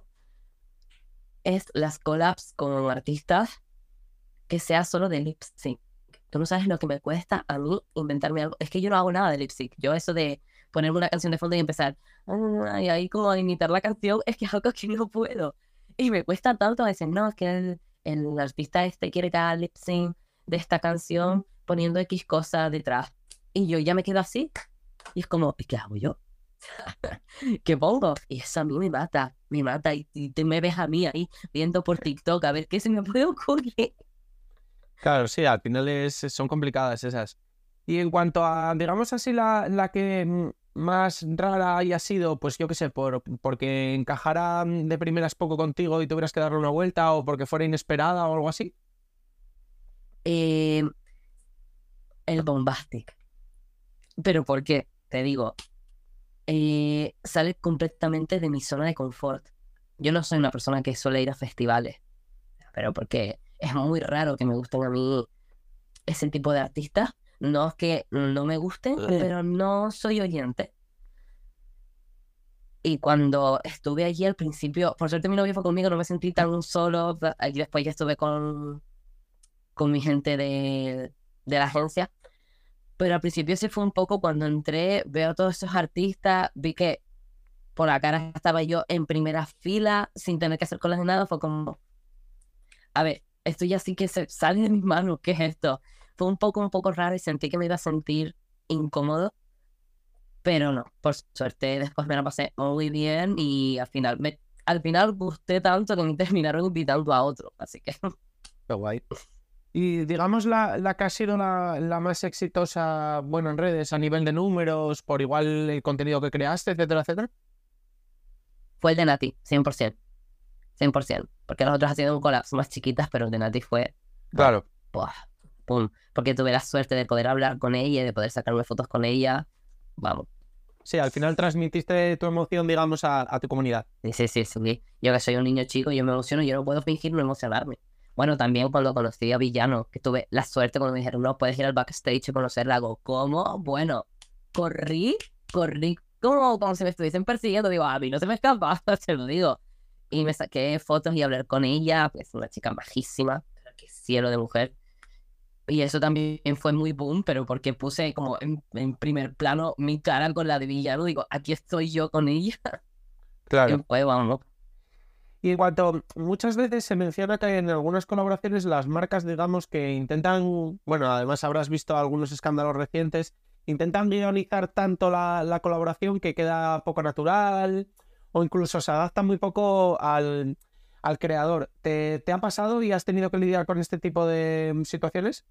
es las collabs con artistas que sea solo de lip sync. Tú no sabes lo que me cuesta a mí inventarme algo. Es que yo no hago nada de lip sync. Yo eso de ponerme una canción de fondo y empezar y ahí como a imitar la canción, es que es algo que no puedo. Y me cuesta tanto a veces, no, es que el artista este quiere que haga lip sync de esta canción poniendo X cosa detrás. Y yo ya me quedo así. Y es como, ¿y qué hago yo? ¿Qué pongo? Y eso a mí me mata. Y te me ves a mí ahí viendo por TikTok a ver qué se me puede ocurrir. Claro, sí, al final son complicadas esas. Y en cuanto a, digamos así, la que más rara haya sido, pues yo qué sé, porque encajara de primeras poco contigo y tuvieras que darle una vuelta, o porque fuera inesperada o algo así. Eh, el Bombastic. ¿Pero por qué? Te digo, sale completamente de mi zona de confort. Yo no soy una persona que suele ir a festivales, pero porque es muy raro que me gusten a mí ese tipo de artistas. No es que no me gusten, pero no soy oyente. Y cuando estuve allí al principio, por suerte mi novio fue conmigo, no me sentí tan solo. Y después ya estuve con mi gente de la agencia. Pero al principio sí fue un poco cuando entré, veo a todos esos artistas, vi que por la cara estaba yo en primera fila sin tener que hacer colas de nada. Fue como, a ver, esto ya sí que se sale de mis manos, ¿qué es esto? Fue un poco raro y sentí que me iba a sentir incómodo, pero no, por suerte después me la pasé muy bien y al final gusté tanto que me terminaron invitando a otro, así que Qué guay. Y digamos la que ha sido la más exitosa, bueno, en redes, a nivel de números, por igual el contenido que creaste, etcétera, etcétera. fue el de Nati, 100%, 100%, porque los otros han sido un colapso más chiquitas, pero el de Nati fue, bueno, Claro. ¡buah! Pum, porque tuve la suerte de poder hablar con ella, de poder sacarme fotos con ella, vamos. Sí, al final transmitiste tu emoción, digamos, a tu comunidad. Sí, sí, sí, sí. Yo que soy un niño chico, yo me emociono, yo no puedo fingir no emocionarme. Bueno, también cuando conocí a Villano, que tuve la suerte cuando me dijeron, no, puedes ir al backstage y conocerla, hago, ¿cómo? Bueno, corrí, corrí como si me estuviesen persiguiendo, digo, a mí no se me escapa, se lo digo. Y me saqué fotos y hablé con ella, pues una chica majísima, qué cielo de mujer. Y eso también fue muy boom, pero porque puse como en primer plano mi cara con la de Villano, digo, aquí estoy yo con ella. Y Claro. pues, vamos, Y en cuanto muchas veces se menciona que en algunas colaboraciones las marcas, digamos, que intentan, bueno, además habrás visto algunos escándalos recientes, intentan guionizar tanto la colaboración que queda poco natural o incluso se adapta muy poco al creador. ¿Te ha pasado y has tenido que lidiar con este tipo de situaciones?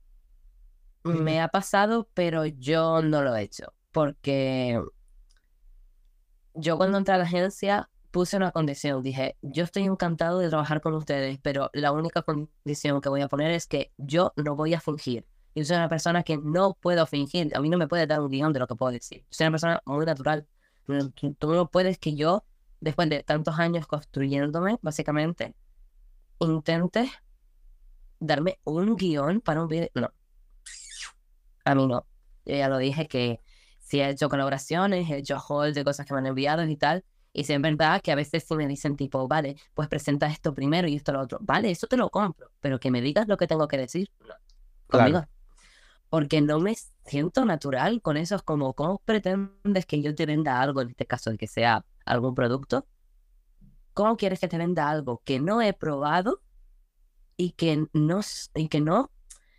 me ha pasado, pero yo no lo he hecho, porque yo cuando entré a la agencia puse una condición, dije, yo estoy encantado de trabajar con ustedes, pero la única condición que voy a poner es que yo no voy a fingir. Yo soy una persona que no puedo fingir, a mí no me puede dar un guión de lo que puedo decir. Soy una persona muy natural. Tú no puedes que yo, después de tantos años construyéndome, básicamente, intente darme un guión para un video. No, a mí no. Yo ya lo dije que sí he hecho colaboraciones, he hecho haul de cosas que me han enviado y tal. Y sí es verdad que a veces sí me dicen tipo, vale, pues presenta esto primero y esto lo otro. Vale, eso te lo compro, pero que me digas lo que tengo que decir, no, Claro. conmigo. Porque no me siento natural con esos como, ¿cómo pretendes que yo te venda algo, en este caso de que sea algún producto? ¿Cómo quieres que te venda algo que no he probado y que no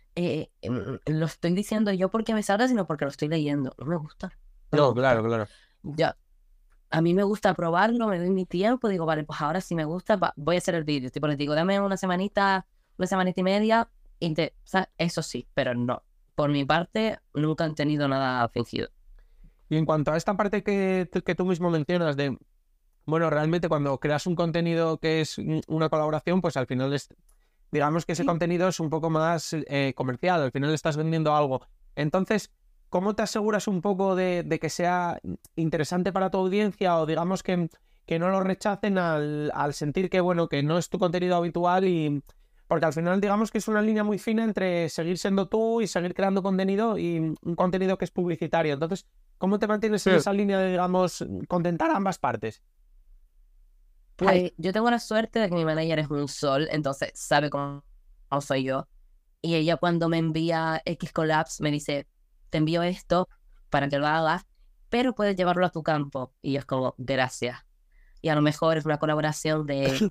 lo estoy diciendo yo porque me salga, sino porque lo estoy leyendo? No me gusta, no me No, claro, gusta. claro. Ya, a mí me gusta probarlo, me doy mi tiempo, digo, vale, pues ahora sí me gusta, voy a hacer el vídeo. Tipo, les digo, dame una semanita y media, o sea, eso sí, pero no. Por mi parte, nunca han tenido nada fingido. Y en cuanto a esta parte que tú mismo mencionas de, bueno, realmente cuando creas un contenido que es una colaboración, pues al final es, digamos que ese contenido es un poco más comercial, al final estás vendiendo algo. Entonces, ¿cómo te aseguras un poco de que sea interesante para tu audiencia o digamos que no lo rechacen al sentir que, bueno, que no es tu contenido habitual y... Porque al final digamos que es una línea muy fina entre seguir siendo tú y seguir creando contenido y un contenido que es publicitario. Entonces, ¿cómo te mantienes en Hmm. esa línea de, digamos, contentar a ambas partes? Pues yo tengo la suerte de que mi manager es un sol, entonces sabe cómo soy yo. Y ella cuando me envía X Collabs me dice, te envío esto para que lo hagas, pero puedes llevarlo a tu campo. Y yo es como, gracias. Y a lo mejor es una colaboración de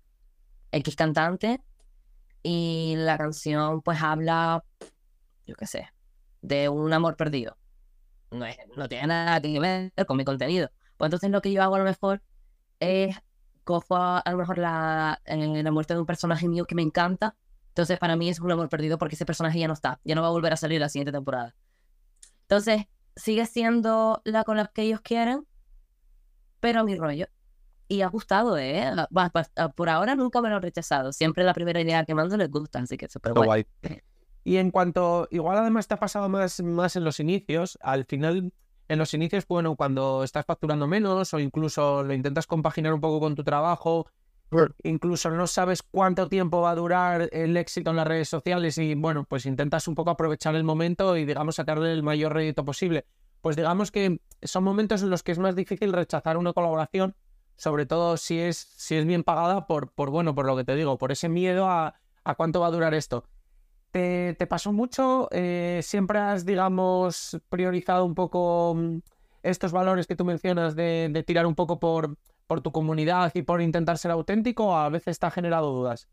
X cantante y la canción pues habla, yo qué sé, de un amor perdido. No tiene nada que ver con mi contenido. Pues entonces lo que yo hago a lo mejor es cojo a lo mejor la muerte de un personaje mío que me encanta. Entonces para mí es un amor perdido porque ese personaje ya no está, ya no va a volver a salir la siguiente temporada. Entonces sigue siendo la collab que ellos quieren, pero a mi rollo. Y ha gustado, ¿eh? Por ahora nunca me lo han rechazado. Siempre la primera idea que mando les gusta, así que súper Todo guay. guay. Y en cuanto, igual además te ha pasado más en los inicios, al final, en los inicios, bueno, cuando estás facturando menos o incluso lo intentas compaginar un poco con tu trabajo, incluso no sabes cuánto tiempo va a durar el éxito en las redes sociales y bueno, pues intentas un poco aprovechar el momento y digamos sacarle el mayor rédito posible. Pues digamos que son momentos en los que es más difícil rechazar una colaboración, sobre todo si es bien pagada bueno, por lo que te digo, por ese miedo a cuánto va a durar esto. ¿Te pasó mucho? ¿Siempre has, digamos, priorizado un poco estos valores que tú mencionas de tirar un poco por tu comunidad y por intentar ser auténtico? ¿O a veces te ha generado dudas?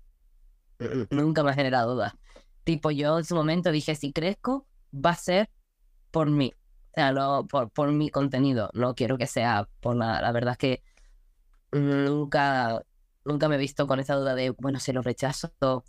Nunca me ha generado dudas. Tipo, yo en su momento dije, si crezco, va a ser por mí. O sea, no por mi contenido. No quiero que sea por nada. La verdad es que nunca, nunca me he visto con esa duda de, bueno, si lo rechazo,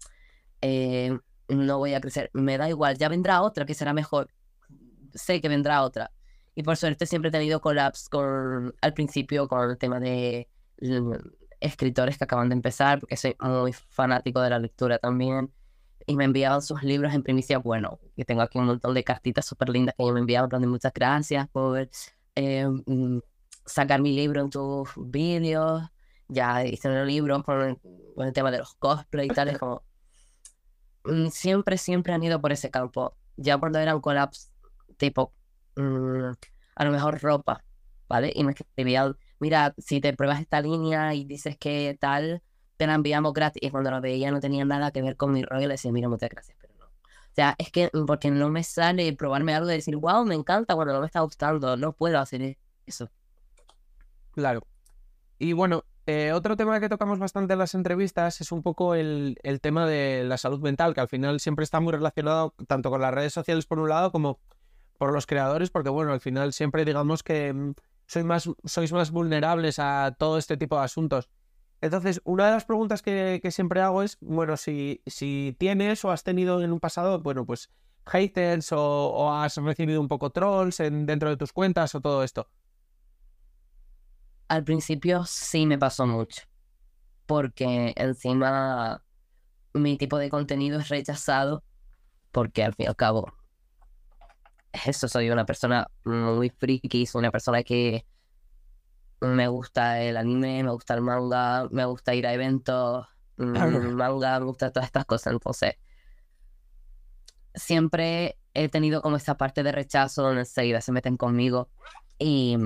eh, no voy a crecer. Me da igual, ya vendrá otra que será mejor. Sé que vendrá otra. Y por suerte siempre he tenido collabs al principio con el tema de escritores que acaban de empezar, porque soy muy fanático de la lectura también. Y me enviaban sus libros en primicia. Bueno, que tengo aquí un montón de cartitas súper lindas que me enviaban, donde muchas gracias por eh, mm, sacar mi libro en tus vídeos. ya hicieron libros con el tema de los cosplay y tal, es como, siempre han ido por ese campo. Ya cuando eran collabs, tipo, a lo mejor ropa, ¿vale? Y me escribían, mira, si te pruebas esta línea y dices que tal, te la enviamos gratis. Y cuando lo veía no tenía nada que ver con mi rollo, le decía, mira, muchas gracias, pero no. O sea, es que porque no me sale probarme algo y decir, wow, me encanta cuando no me está gustando, no puedo hacer eso. Claro. Y bueno, otro tema que tocamos bastante en las entrevistas es un poco el tema de la salud mental, que al final siempre está muy relacionado tanto con las redes sociales por un lado como por los creadores, porque bueno, al final siempre digamos que sois más vulnerables a todo este tipo de asuntos. Entonces, una de las preguntas que siempre hago es, bueno, si tienes o has tenido en un pasado, bueno, pues haters o has recibido un poco trolls dentro de tus cuentas o todo esto. Al principio sí me pasó mucho, porque encima mi tipo de contenido es rechazado, porque al fin y al cabo, eso, soy una persona muy friki, soy una persona que me gusta el anime, me gusta el manga, me gusta ir a eventos, manga, me gusta todas estas cosas. Entonces, siempre he tenido como esa parte de rechazo donde enseguida se meten conmigo. Y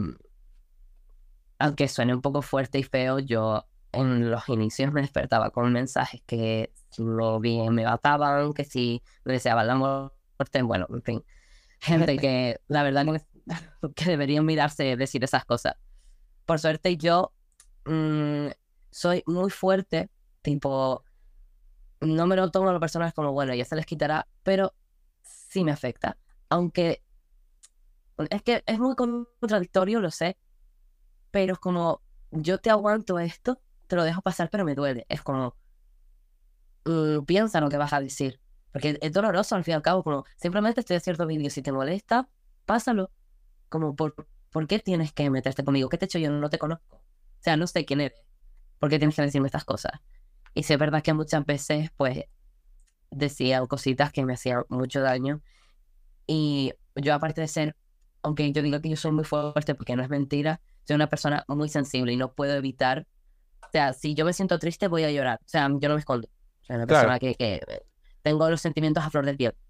aunque suene un poco fuerte y feo, yo en los inicios me despertaba con mensajes que si lo bien me mataban, que si me deseaban la muerte, bueno, en fin. Gente que la verdad que deberían mirarse decir esas cosas. Por suerte yo soy muy fuerte, tipo, no me lo tomo a las personas como, bueno, ya se les quitará, pero sí me afecta. Aunque es que es muy contradictorio, lo sé, pero es como, yo te aguanto esto, te lo dejo pasar, pero me duele. Es como, piensa lo que vas a decir. Porque es doloroso al fin y al cabo, como, simplemente estoy haciendo vídeo, si te molesta, pásalo. Como, ¿por qué tienes que meterte conmigo? ¿Qué te he hecho yo? No te conozco. O sea, no sé quién eres. ¿Por qué tienes que decirme estas cosas? Y sí es verdad que muchas veces, pues, decían cositas que me hacían mucho daño. Y yo, aparte de ser, aunque yo diga que yo soy muy fuerte, porque no es mentira, soy una persona muy sensible y no puedo evitar. O sea, si yo me siento triste, voy a llorar. O sea, yo no me escondo. Soy una Claro. persona que tengo los sentimientos a flor de piel.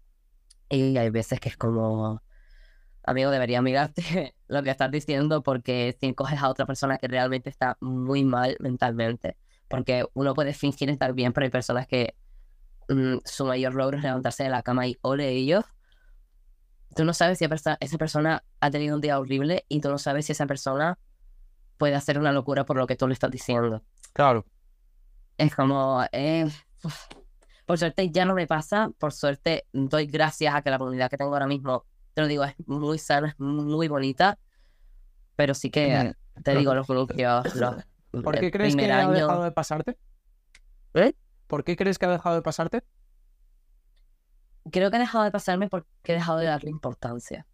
Y hay veces que es como, amigo, debería mirarte lo que estás diciendo, porque si coges a otra persona que realmente está muy mal mentalmente, porque uno puede fingir estar bien, pero hay personas que su mayor logro es levantarse de la cama y ole ellos. Tú no sabes si esa persona ha tenido un día horrible y tú no sabes si esa persona puede hacer una locura por lo que tú le estás diciendo. Claro. Es como, por suerte ya no me pasa, por suerte doy gracias a que la comunidad que tengo ahora mismo, te lo digo, es muy sana, es muy bonita, pero sí que, te digo, los inicios, ¿Por el qué crees primer que ha dejado año. de pasarte? ¿Eh? ¿Por qué crees que ha dejado de pasarte? Creo que ha dejado de pasarme porque he dejado de darle importancia.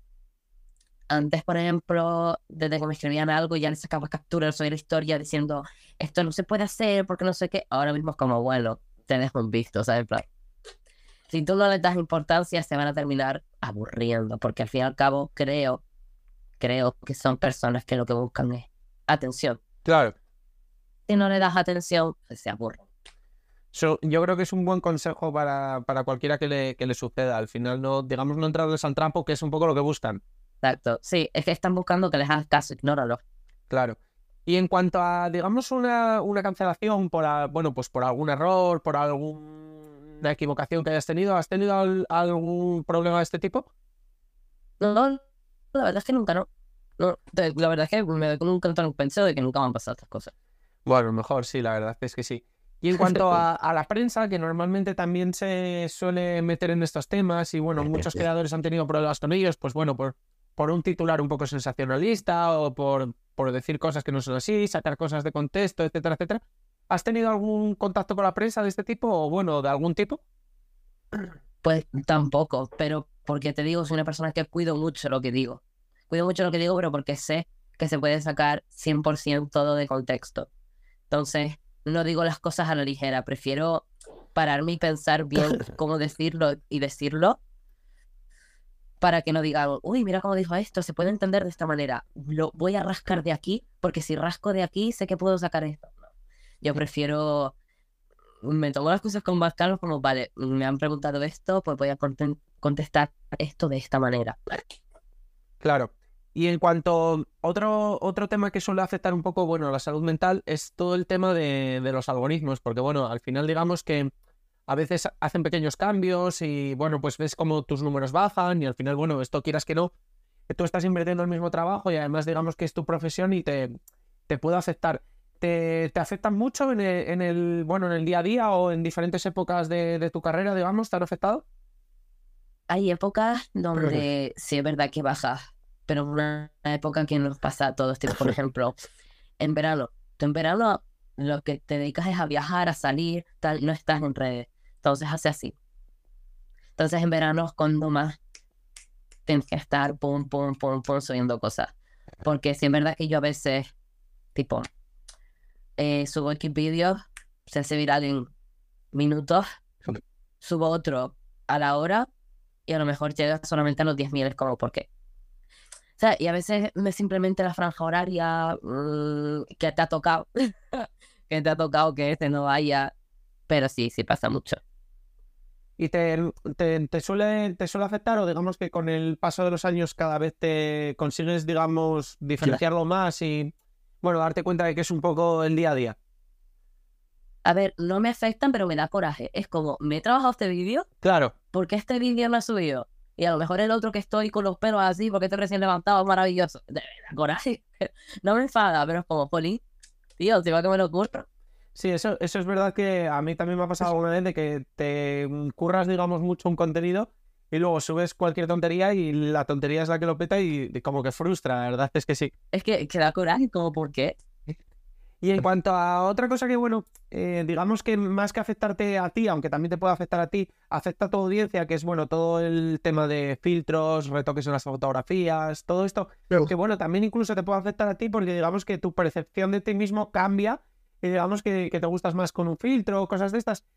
Antes, por ejemplo, desde que me escribían algo, ya les sacaba capturas, subía la historia diciendo, esto no se puede hacer porque no sé qué. Ahora mismo es como, bueno, te dejo un visto, ¿sabes? En plan, si tú no le das importancia, se van a terminar aburriendo, porque al fin y al cabo creo que son personas que lo que buscan es atención. Claro. Si no le das atención, pues se aburren. Yo creo que es un buen consejo para cualquiera que le suceda. Al final, no, digamos, no entrarles al trampo, que es un poco lo que buscan. Exacto. Sí, es que están buscando que les hagas caso, ignóralo. Claro. Y en cuanto a, digamos, una cancelación bueno, pues por algún error, por alguna equivocación que hayas tenido, ¿has tenido algún problema de este tipo? No, la verdad es que nunca, no. No, la verdad es que me doy con un canto en un pensado de que nunca me han pasado estas cosas. Bueno, mejor sí, la verdad es que sí. Y en cuanto a la prensa, que normalmente también se suele meter en estos temas, y bueno, muchos creadores han tenido problemas con ellos, pues bueno, por un titular un poco sensacionalista o por decir cosas que no son así, sacar cosas de contexto, etcétera, etcétera. ¿Has tenido algún contacto con la prensa de este tipo o bueno, de algún tipo? Pues tampoco, pero porque te digo, soy una persona que cuido mucho lo que digo. Cuido mucho lo que digo, pero porque sé que se puede sacar 100% todo de contexto. Entonces, no digo las cosas a la ligera, prefiero pararme y pensar bien cómo decirlo y decirlo. para que no digan, uy, mira cómo dijo esto, se puede entender de esta manera. Lo voy a rascar de aquí, porque si rasco de aquí, sé que puedo sacar esto. No. Yo prefiero, me tomo las cosas con más calma, como, vale, me han preguntado esto, pues voy a contestar esto de esta manera. Claro. Y en cuanto otro tema que suele afectar un poco, bueno, a la salud mental es todo el tema de los algoritmos, porque bueno, al final digamos que a veces hacen pequeños cambios y bueno, pues ves como tus números bajan y al final, bueno, esto quieras que no, que tú estás invirtiendo el mismo trabajo y además digamos que es tu profesión y te puede afectar. ¿Te afectan mucho bueno, en el día a día o en diferentes épocas de tu carrera, digamos, te han afectado? Hay épocas donde sí es verdad que baja, pero una época que nos pasa a todos, tipo, por ejemplo, en verano. Tú en verano lo que te dedicas es a viajar, a salir, tal, no estás en redes. Entonces hace así. Entonces en verano es cuando más tienes que estar pum, pum, pum, pum, subiendo cosas. Porque sí es verdad que yo a veces, tipo, subo X vídeos, se hace viral en minutos, subo otro a la hora y a lo mejor llega solamente a los 10.000, es como, ¿por qué? O sea, y a veces me simplemente la franja horaria que te ha tocado, que te ha tocado que este no vaya, pero sí, sí pasa mucho. ¿Y te suele afectar o digamos que con el paso de los años cada vez te consigues, digamos, diferenciarlo más y, bueno, darte cuenta de que es un poco el día a día? A ver, no me afectan, pero me da coraje. Es como, me he trabajado este vídeo, Claro. ¿por qué este vídeo no ha subido? Y a lo mejor el otro que estoy con los pelos así, porque estoy recién levantado, maravilloso. Me da coraje. No me enfada, pero es como, jolín, tío, si va que me lo ocurre. Sí, eso es verdad que a mí también me ha pasado alguna vez de que te curras, digamos, mucho un contenido y luego subes cualquier tontería y la tontería es la que lo peta y como que frustra, la verdad es que sí. Es que da coraje, como, ¿por qué? Y en cuanto a otra cosa que, bueno, digamos que más que afectarte a ti, aunque también te puede afectar a ti, afecta a tu audiencia, que es, bueno, todo el tema de filtros, retoques en las fotografías, todo esto, que, bueno, también incluso te puede afectar a ti porque digamos que tu percepción de ti mismo cambia y digamos que te gustas más con un filtro, cosas de estas.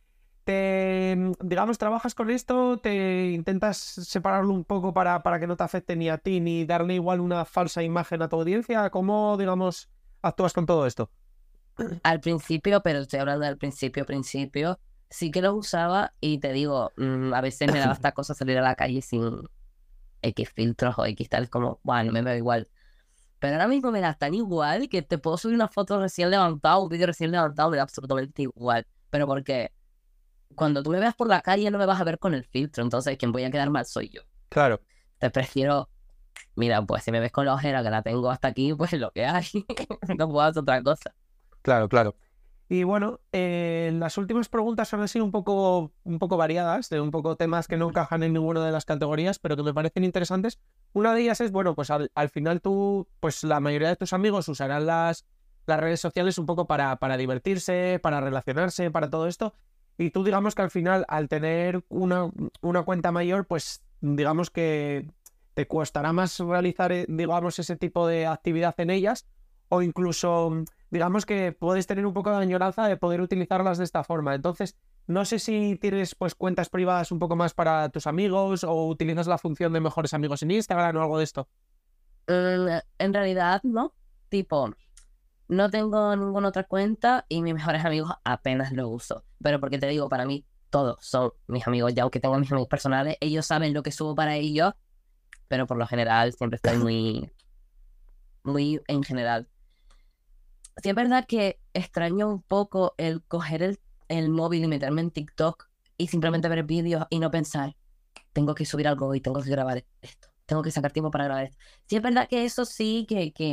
Digamos, trabajas con esto, te intentas separarlo un poco para que no te afecte ni a ti ni darle igual una falsa imagen a tu audiencia. ¿Cómo, digamos, actúas con todo esto? Al principio, pero estoy hablando del principio, sí que los usaba y te digo, a veces me daba esta cosa salir a la calle sin X filtros o X tales como, bueno, me veo igual. Pero ahora mismo me da tan igual que te puedo subir una foto recién levantada, un vídeo recién levantado, me da absolutamente igual. Pero porque cuando tú me veas por la calle no me vas a ver con el filtro, entonces quien voy a quedar mal soy yo. Claro. Te prefiero, mira, pues si me ves con la ojera que la tengo hasta aquí, pues lo que hay, no puedo hacer otra cosa. Claro, claro. Y bueno, las últimas preguntas han sido un poco variadas, de un poco temas que no encajan en ninguna de las categorías, pero que me parecen interesantes. Una de ellas es, bueno, pues al final tú, pues la mayoría de tus amigos usarán las redes sociales un poco para divertirse, para relacionarse, para todo esto. Y tú digamos que al final, al tener una cuenta mayor, pues digamos que te costará más realizar, digamos, ese tipo de actividad en ellas o incluso digamos que puedes tener un poco de añoranza de poder utilizarlas de esta forma. Entonces, no sé si tienes pues cuentas privadas un poco más para tus amigos o utilizas la función de mejores amigos en Instagram o algo de esto. En realidad, no. Tipo, no tengo ninguna otra cuenta y mis mejores amigos apenas lo uso. Pero porque te digo, para mí todos son mis amigos. Ya aunque tengo mis amigos personales, ellos saben lo que subo para ellos, pero por lo general siempre estoy muy, muy en general. Sí es verdad que extraño un poco el coger el móvil y meterme en TikTok y simplemente ver vídeos y no pensar, tengo que subir algo y tengo que grabar esto, tengo que sacar tiempo para grabar esto. Sí es verdad que eso sí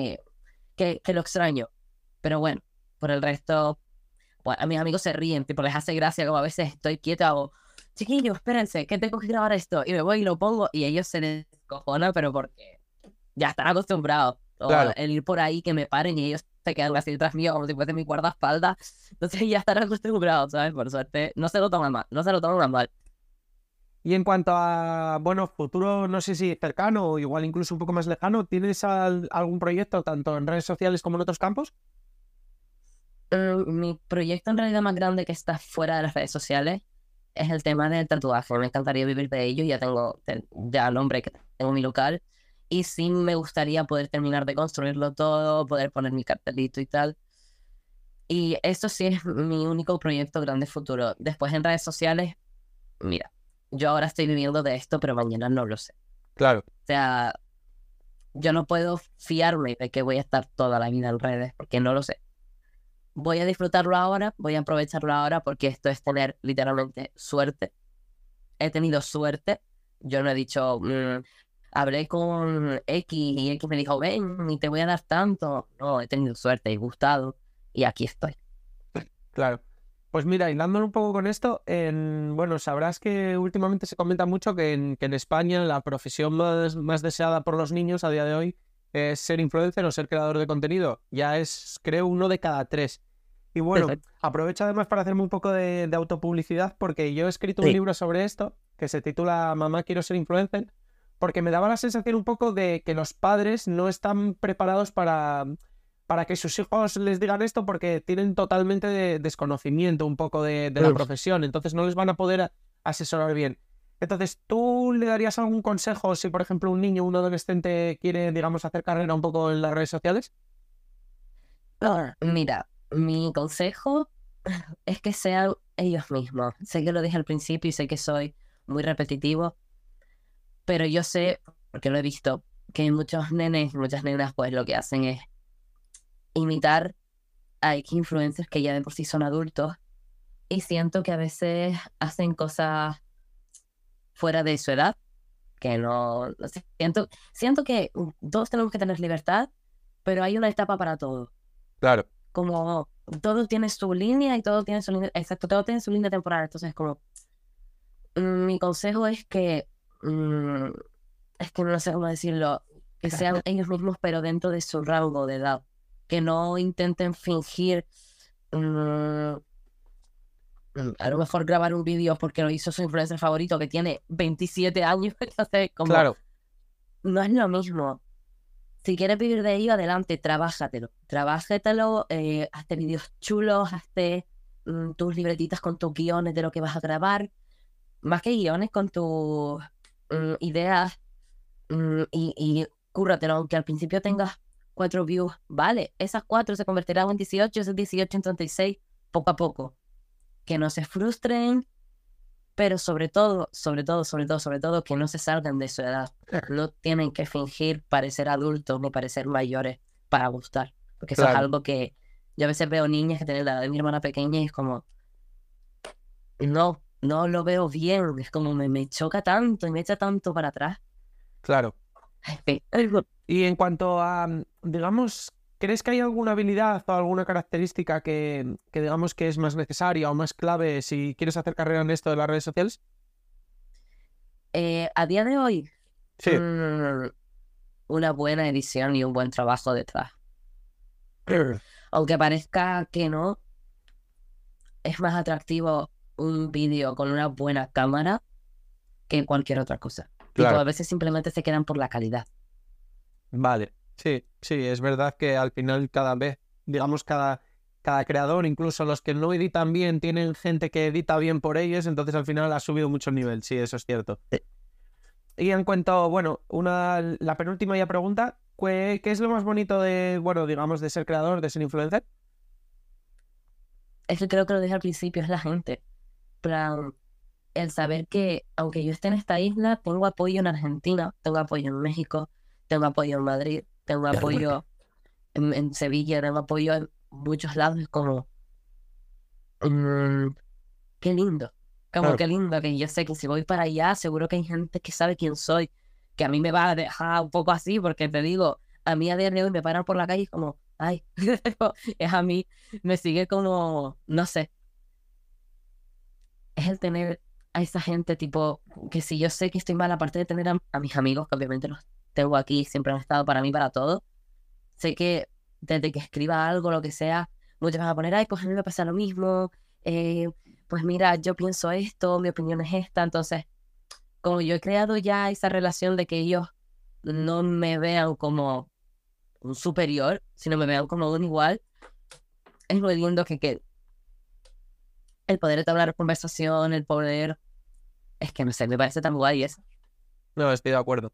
que lo extraño, pero bueno, por el resto, pues, a mis amigos se ríen, tipo les hace gracia como a veces estoy quieta hago, chiquillos, espérense, que tengo que grabar esto y me voy y lo pongo y ellos se les cojona, pero porque ya están acostumbrados. O Claro. el ir por ahí que me paren y ellos se quedan así detrás mío como si fuese mi guardaespaldas. Entonces ya están acostumbrados, ¿sabes? Por suerte, no se lo toman mal, no se lo toman mal. Y en cuanto a, bueno, futuro, no sé si cercano o igual incluso un poco más lejano, ¿tienes algún proyecto tanto en redes sociales como en otros campos? Mi proyecto en realidad más grande que está fuera de las redes sociales es el tema del tatuaje. Me encantaría vivir de ello. Ya tengo ya nombre que tengo mi local y sí me gustaría poder terminar de construirlo todo, poder poner mi cartelito y tal. Y esto sí es mi único proyecto grande futuro. Después en redes sociales, mira, yo ahora estoy viviendo de esto, pero mañana no lo sé. Claro, O sea, yo no puedo fiarme de que voy a estar toda la vida en redes, porque no lo sé. Voy a disfrutarlo ahora, voy a aprovecharlo ahora, porque esto es tener literalmente suerte. He tenido suerte. Yo no he dicho, hablé con X y X me dijo, ven y te voy a dar tanto. No, he tenido suerte, he gustado y aquí estoy. claro. Pues mira, hilándolo un poco con esto, bueno, sabrás que últimamente se comenta mucho que en España la profesión más deseada por los niños a día de hoy es ser influencer o ser creador de contenido. Ya es, creo, 1 de cada 3. Y bueno, Perfecto. aprovecho además para hacerme un poco de autopublicidad porque yo he escrito un Sí. libro sobre esto que se titula Mamá, quiero ser influencer, porque me daba la sensación un poco de que los padres no están preparados para que sus hijos les digan esto porque tienen totalmente desconocimiento un poco de la profesión, entonces no les van a poder asesorar bien. Entonces, ¿tú le darías algún consejo si, por ejemplo, un niño o un adolescente quiere, digamos, hacer carrera un poco en las redes sociales? Mira, mi consejo es que sean ellos mismos. Sé que lo dije al principio y sé que soy muy repetitivo, pero yo sé, porque lo he visto, que muchos nenes y muchas nenas pues lo que hacen es imitar a X influencers que ya de por sí son adultos y siento que a veces hacen cosas fuera de su edad, que no sé, siento que todos tenemos que tener libertad, pero hay una etapa para todo. Claro, Como todo tiene su línea y todo tiene su línea, exacto, todo tiene su línea temporal. Entonces, como mi consejo es que no sé cómo decirlo, que sean ellos mismos, pero dentro de su rango de edad, que no intenten fingir, mm, a lo mejor grabar un vídeo porque lo hizo su influencer favorito que tiene 27 años, entonces, como claro, no es lo mismo. Si quieres vivir de ello, adelante, trabájatelo, hazte vídeos chulos, hazte tus libretitas con tus guiones de lo que vas a grabar, más que guiones con tus ideas y cúrratelo, aunque al principio tengas 4 views, vale, esas 4 se convertirán en 18, esas 18 en 36, poco a poco. Que no se frustren, pero sobre todo, que no se salgan de su edad. No tienen que fingir parecer adultos ni parecer mayores para gustar. Porque eso es claro. algo que yo a veces veo niñas que tienen la edad de mi hermana pequeña y es como, no lo veo bien. Es como me choca tanto y me echa tanto para atrás. Claro. En fin. Y en cuanto a, digamos, ¿crees que hay alguna habilidad o alguna característica que digamos que es más necesaria o más clave si quieres hacer carrera en esto de las redes sociales? A día de hoy, Sí. mm, una buena edición y un buen trabajo detrás. Aunque parezca que no, es más atractivo un vídeo con una buena cámara que cualquier otra cosa. Tipo, Claro. a veces simplemente se quedan por la calidad. Vale. Sí, sí, es verdad que al final cada vez, digamos, cada creador, incluso los que no editan bien, tienen gente que edita bien por ellos, entonces al final ha subido mucho el nivel, sí, eso es cierto. Y en cuanto, bueno, la penúltima ya pregunta, ¿qué es lo más bonito de, bueno, digamos, de ser creador, de ser influencer? Es que creo que lo dije al principio, es la gente. Plan, el saber que aunque yo esté en esta isla, tengo apoyo en Argentina, tengo apoyo en México, tengo apoyo en Madrid, tengo apoyo en Sevilla, tengo apoyo en muchos lados. Es como, mm, qué lindo. Como Claro, qué lindo que yo sé que si voy para allá, seguro que hay gente que sabe quién soy, que a mí me va a dejar un poco así, porque te digo, a mí a día de hoy me paran por la calle y es como, ay, es a mí, me sigue como, no sé, es el tener a esa gente tipo, que si yo sé que estoy mal, aparte de tener a mis amigos, que obviamente los tengo aquí, siempre han estado para mí, para todo, sé que desde que escriba algo, lo que sea, muchos van a poner, ay, pues a mí me pasa lo mismo, pues mira, yo pienso esto, mi opinión es esta, entonces, como yo he creado ya esa relación de que ellos no me vean como un superior, sino me vean como un igual, es muy lindo que el poder entablar conversación, el poder, es que no sé, me parece tan guay eso. no, estoy de acuerdo.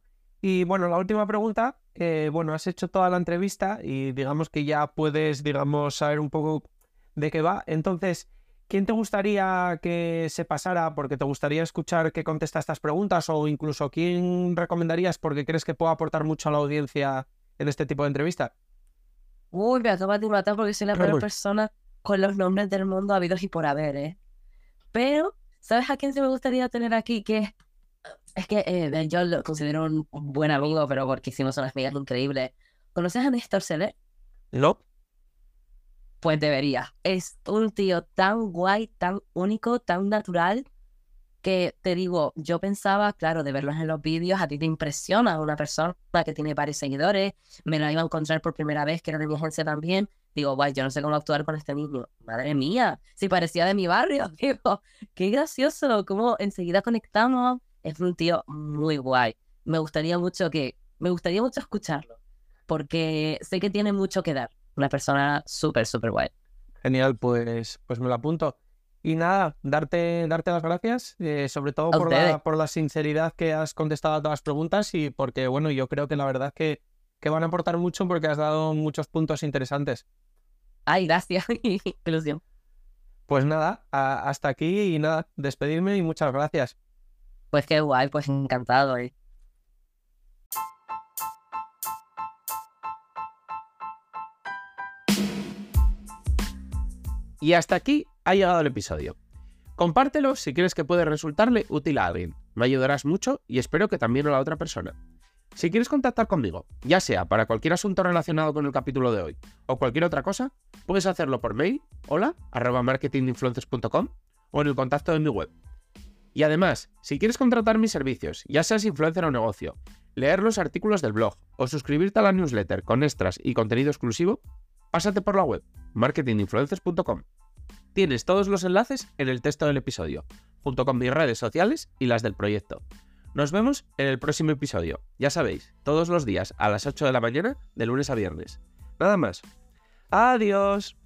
Y bueno, la última pregunta, bueno, has hecho toda la entrevista y digamos que ya puedes, digamos, saber un poco de qué va. Entonces, ¿quién te gustaría que se pasara porque te gustaría escuchar que contesta estas preguntas o incluso quién recomendarías porque crees que pueda aportar mucho a la audiencia en este tipo de entrevista? Uy, me acabas de matar porque soy la peor persona con los nombres del mundo habidos y por haber, ¿eh? Pero, ¿sabes a quién se me gustaría tener aquí? Que es que yo lo considero un buen amigo, pero porque hicimos unas amigas increíbles. ¿Conoces a Néstor Celer? ¿No? Pues debería. Es un tío tan guay, tan único, tan natural, que te digo, yo pensaba, claro, de verlos en los vídeos, a ti te impresiona una persona que tiene varios seguidores, me la iba a encontrar por primera vez, que era de mi agencia también, digo, guay, yo no sé cómo actuar con este niño, madre mía, si parecía de mi barrio, digo, qué gracioso, cómo enseguida conectamos, es un tío muy guay, me gustaría mucho escucharlo, porque sé que tiene mucho que dar, una persona súper, súper guay. Genial, pues me lo apunto. Y nada, darte las gracias, sobre todo A ustedes. por la sinceridad que has contestado a todas las preguntas y porque, bueno, yo creo que la verdad es que van a aportar mucho porque has dado muchos puntos interesantes. Ay, gracias, qué ilusión. Pues nada, hasta aquí y nada, despedirme y muchas gracias. Pues qué guay, pues encantado. Y hasta aquí ha llegado el episodio. Compártelo si crees que puede resultarle útil a alguien. Me ayudarás mucho y espero que también a la otra persona. Si quieres contactar conmigo, ya sea para cualquier asunto relacionado con el capítulo de hoy o cualquier otra cosa, puedes hacerlo por mail, hola@marketinginfluencers.com o en el contacto de mi web. Y además, si quieres contratar mis servicios, ya seas influencer o negocio, leer los artículos del blog o suscribirte a la newsletter con extras y contenido exclusivo, pásate por la web, marketinginfluencers.com. Tienes todos los enlaces en el texto del episodio, junto con mis redes sociales y las del proyecto. Nos vemos en el próximo episodio, ya sabéis, todos los días a las 8 de la mañana, de lunes a viernes. Nada más. ¡Adiós!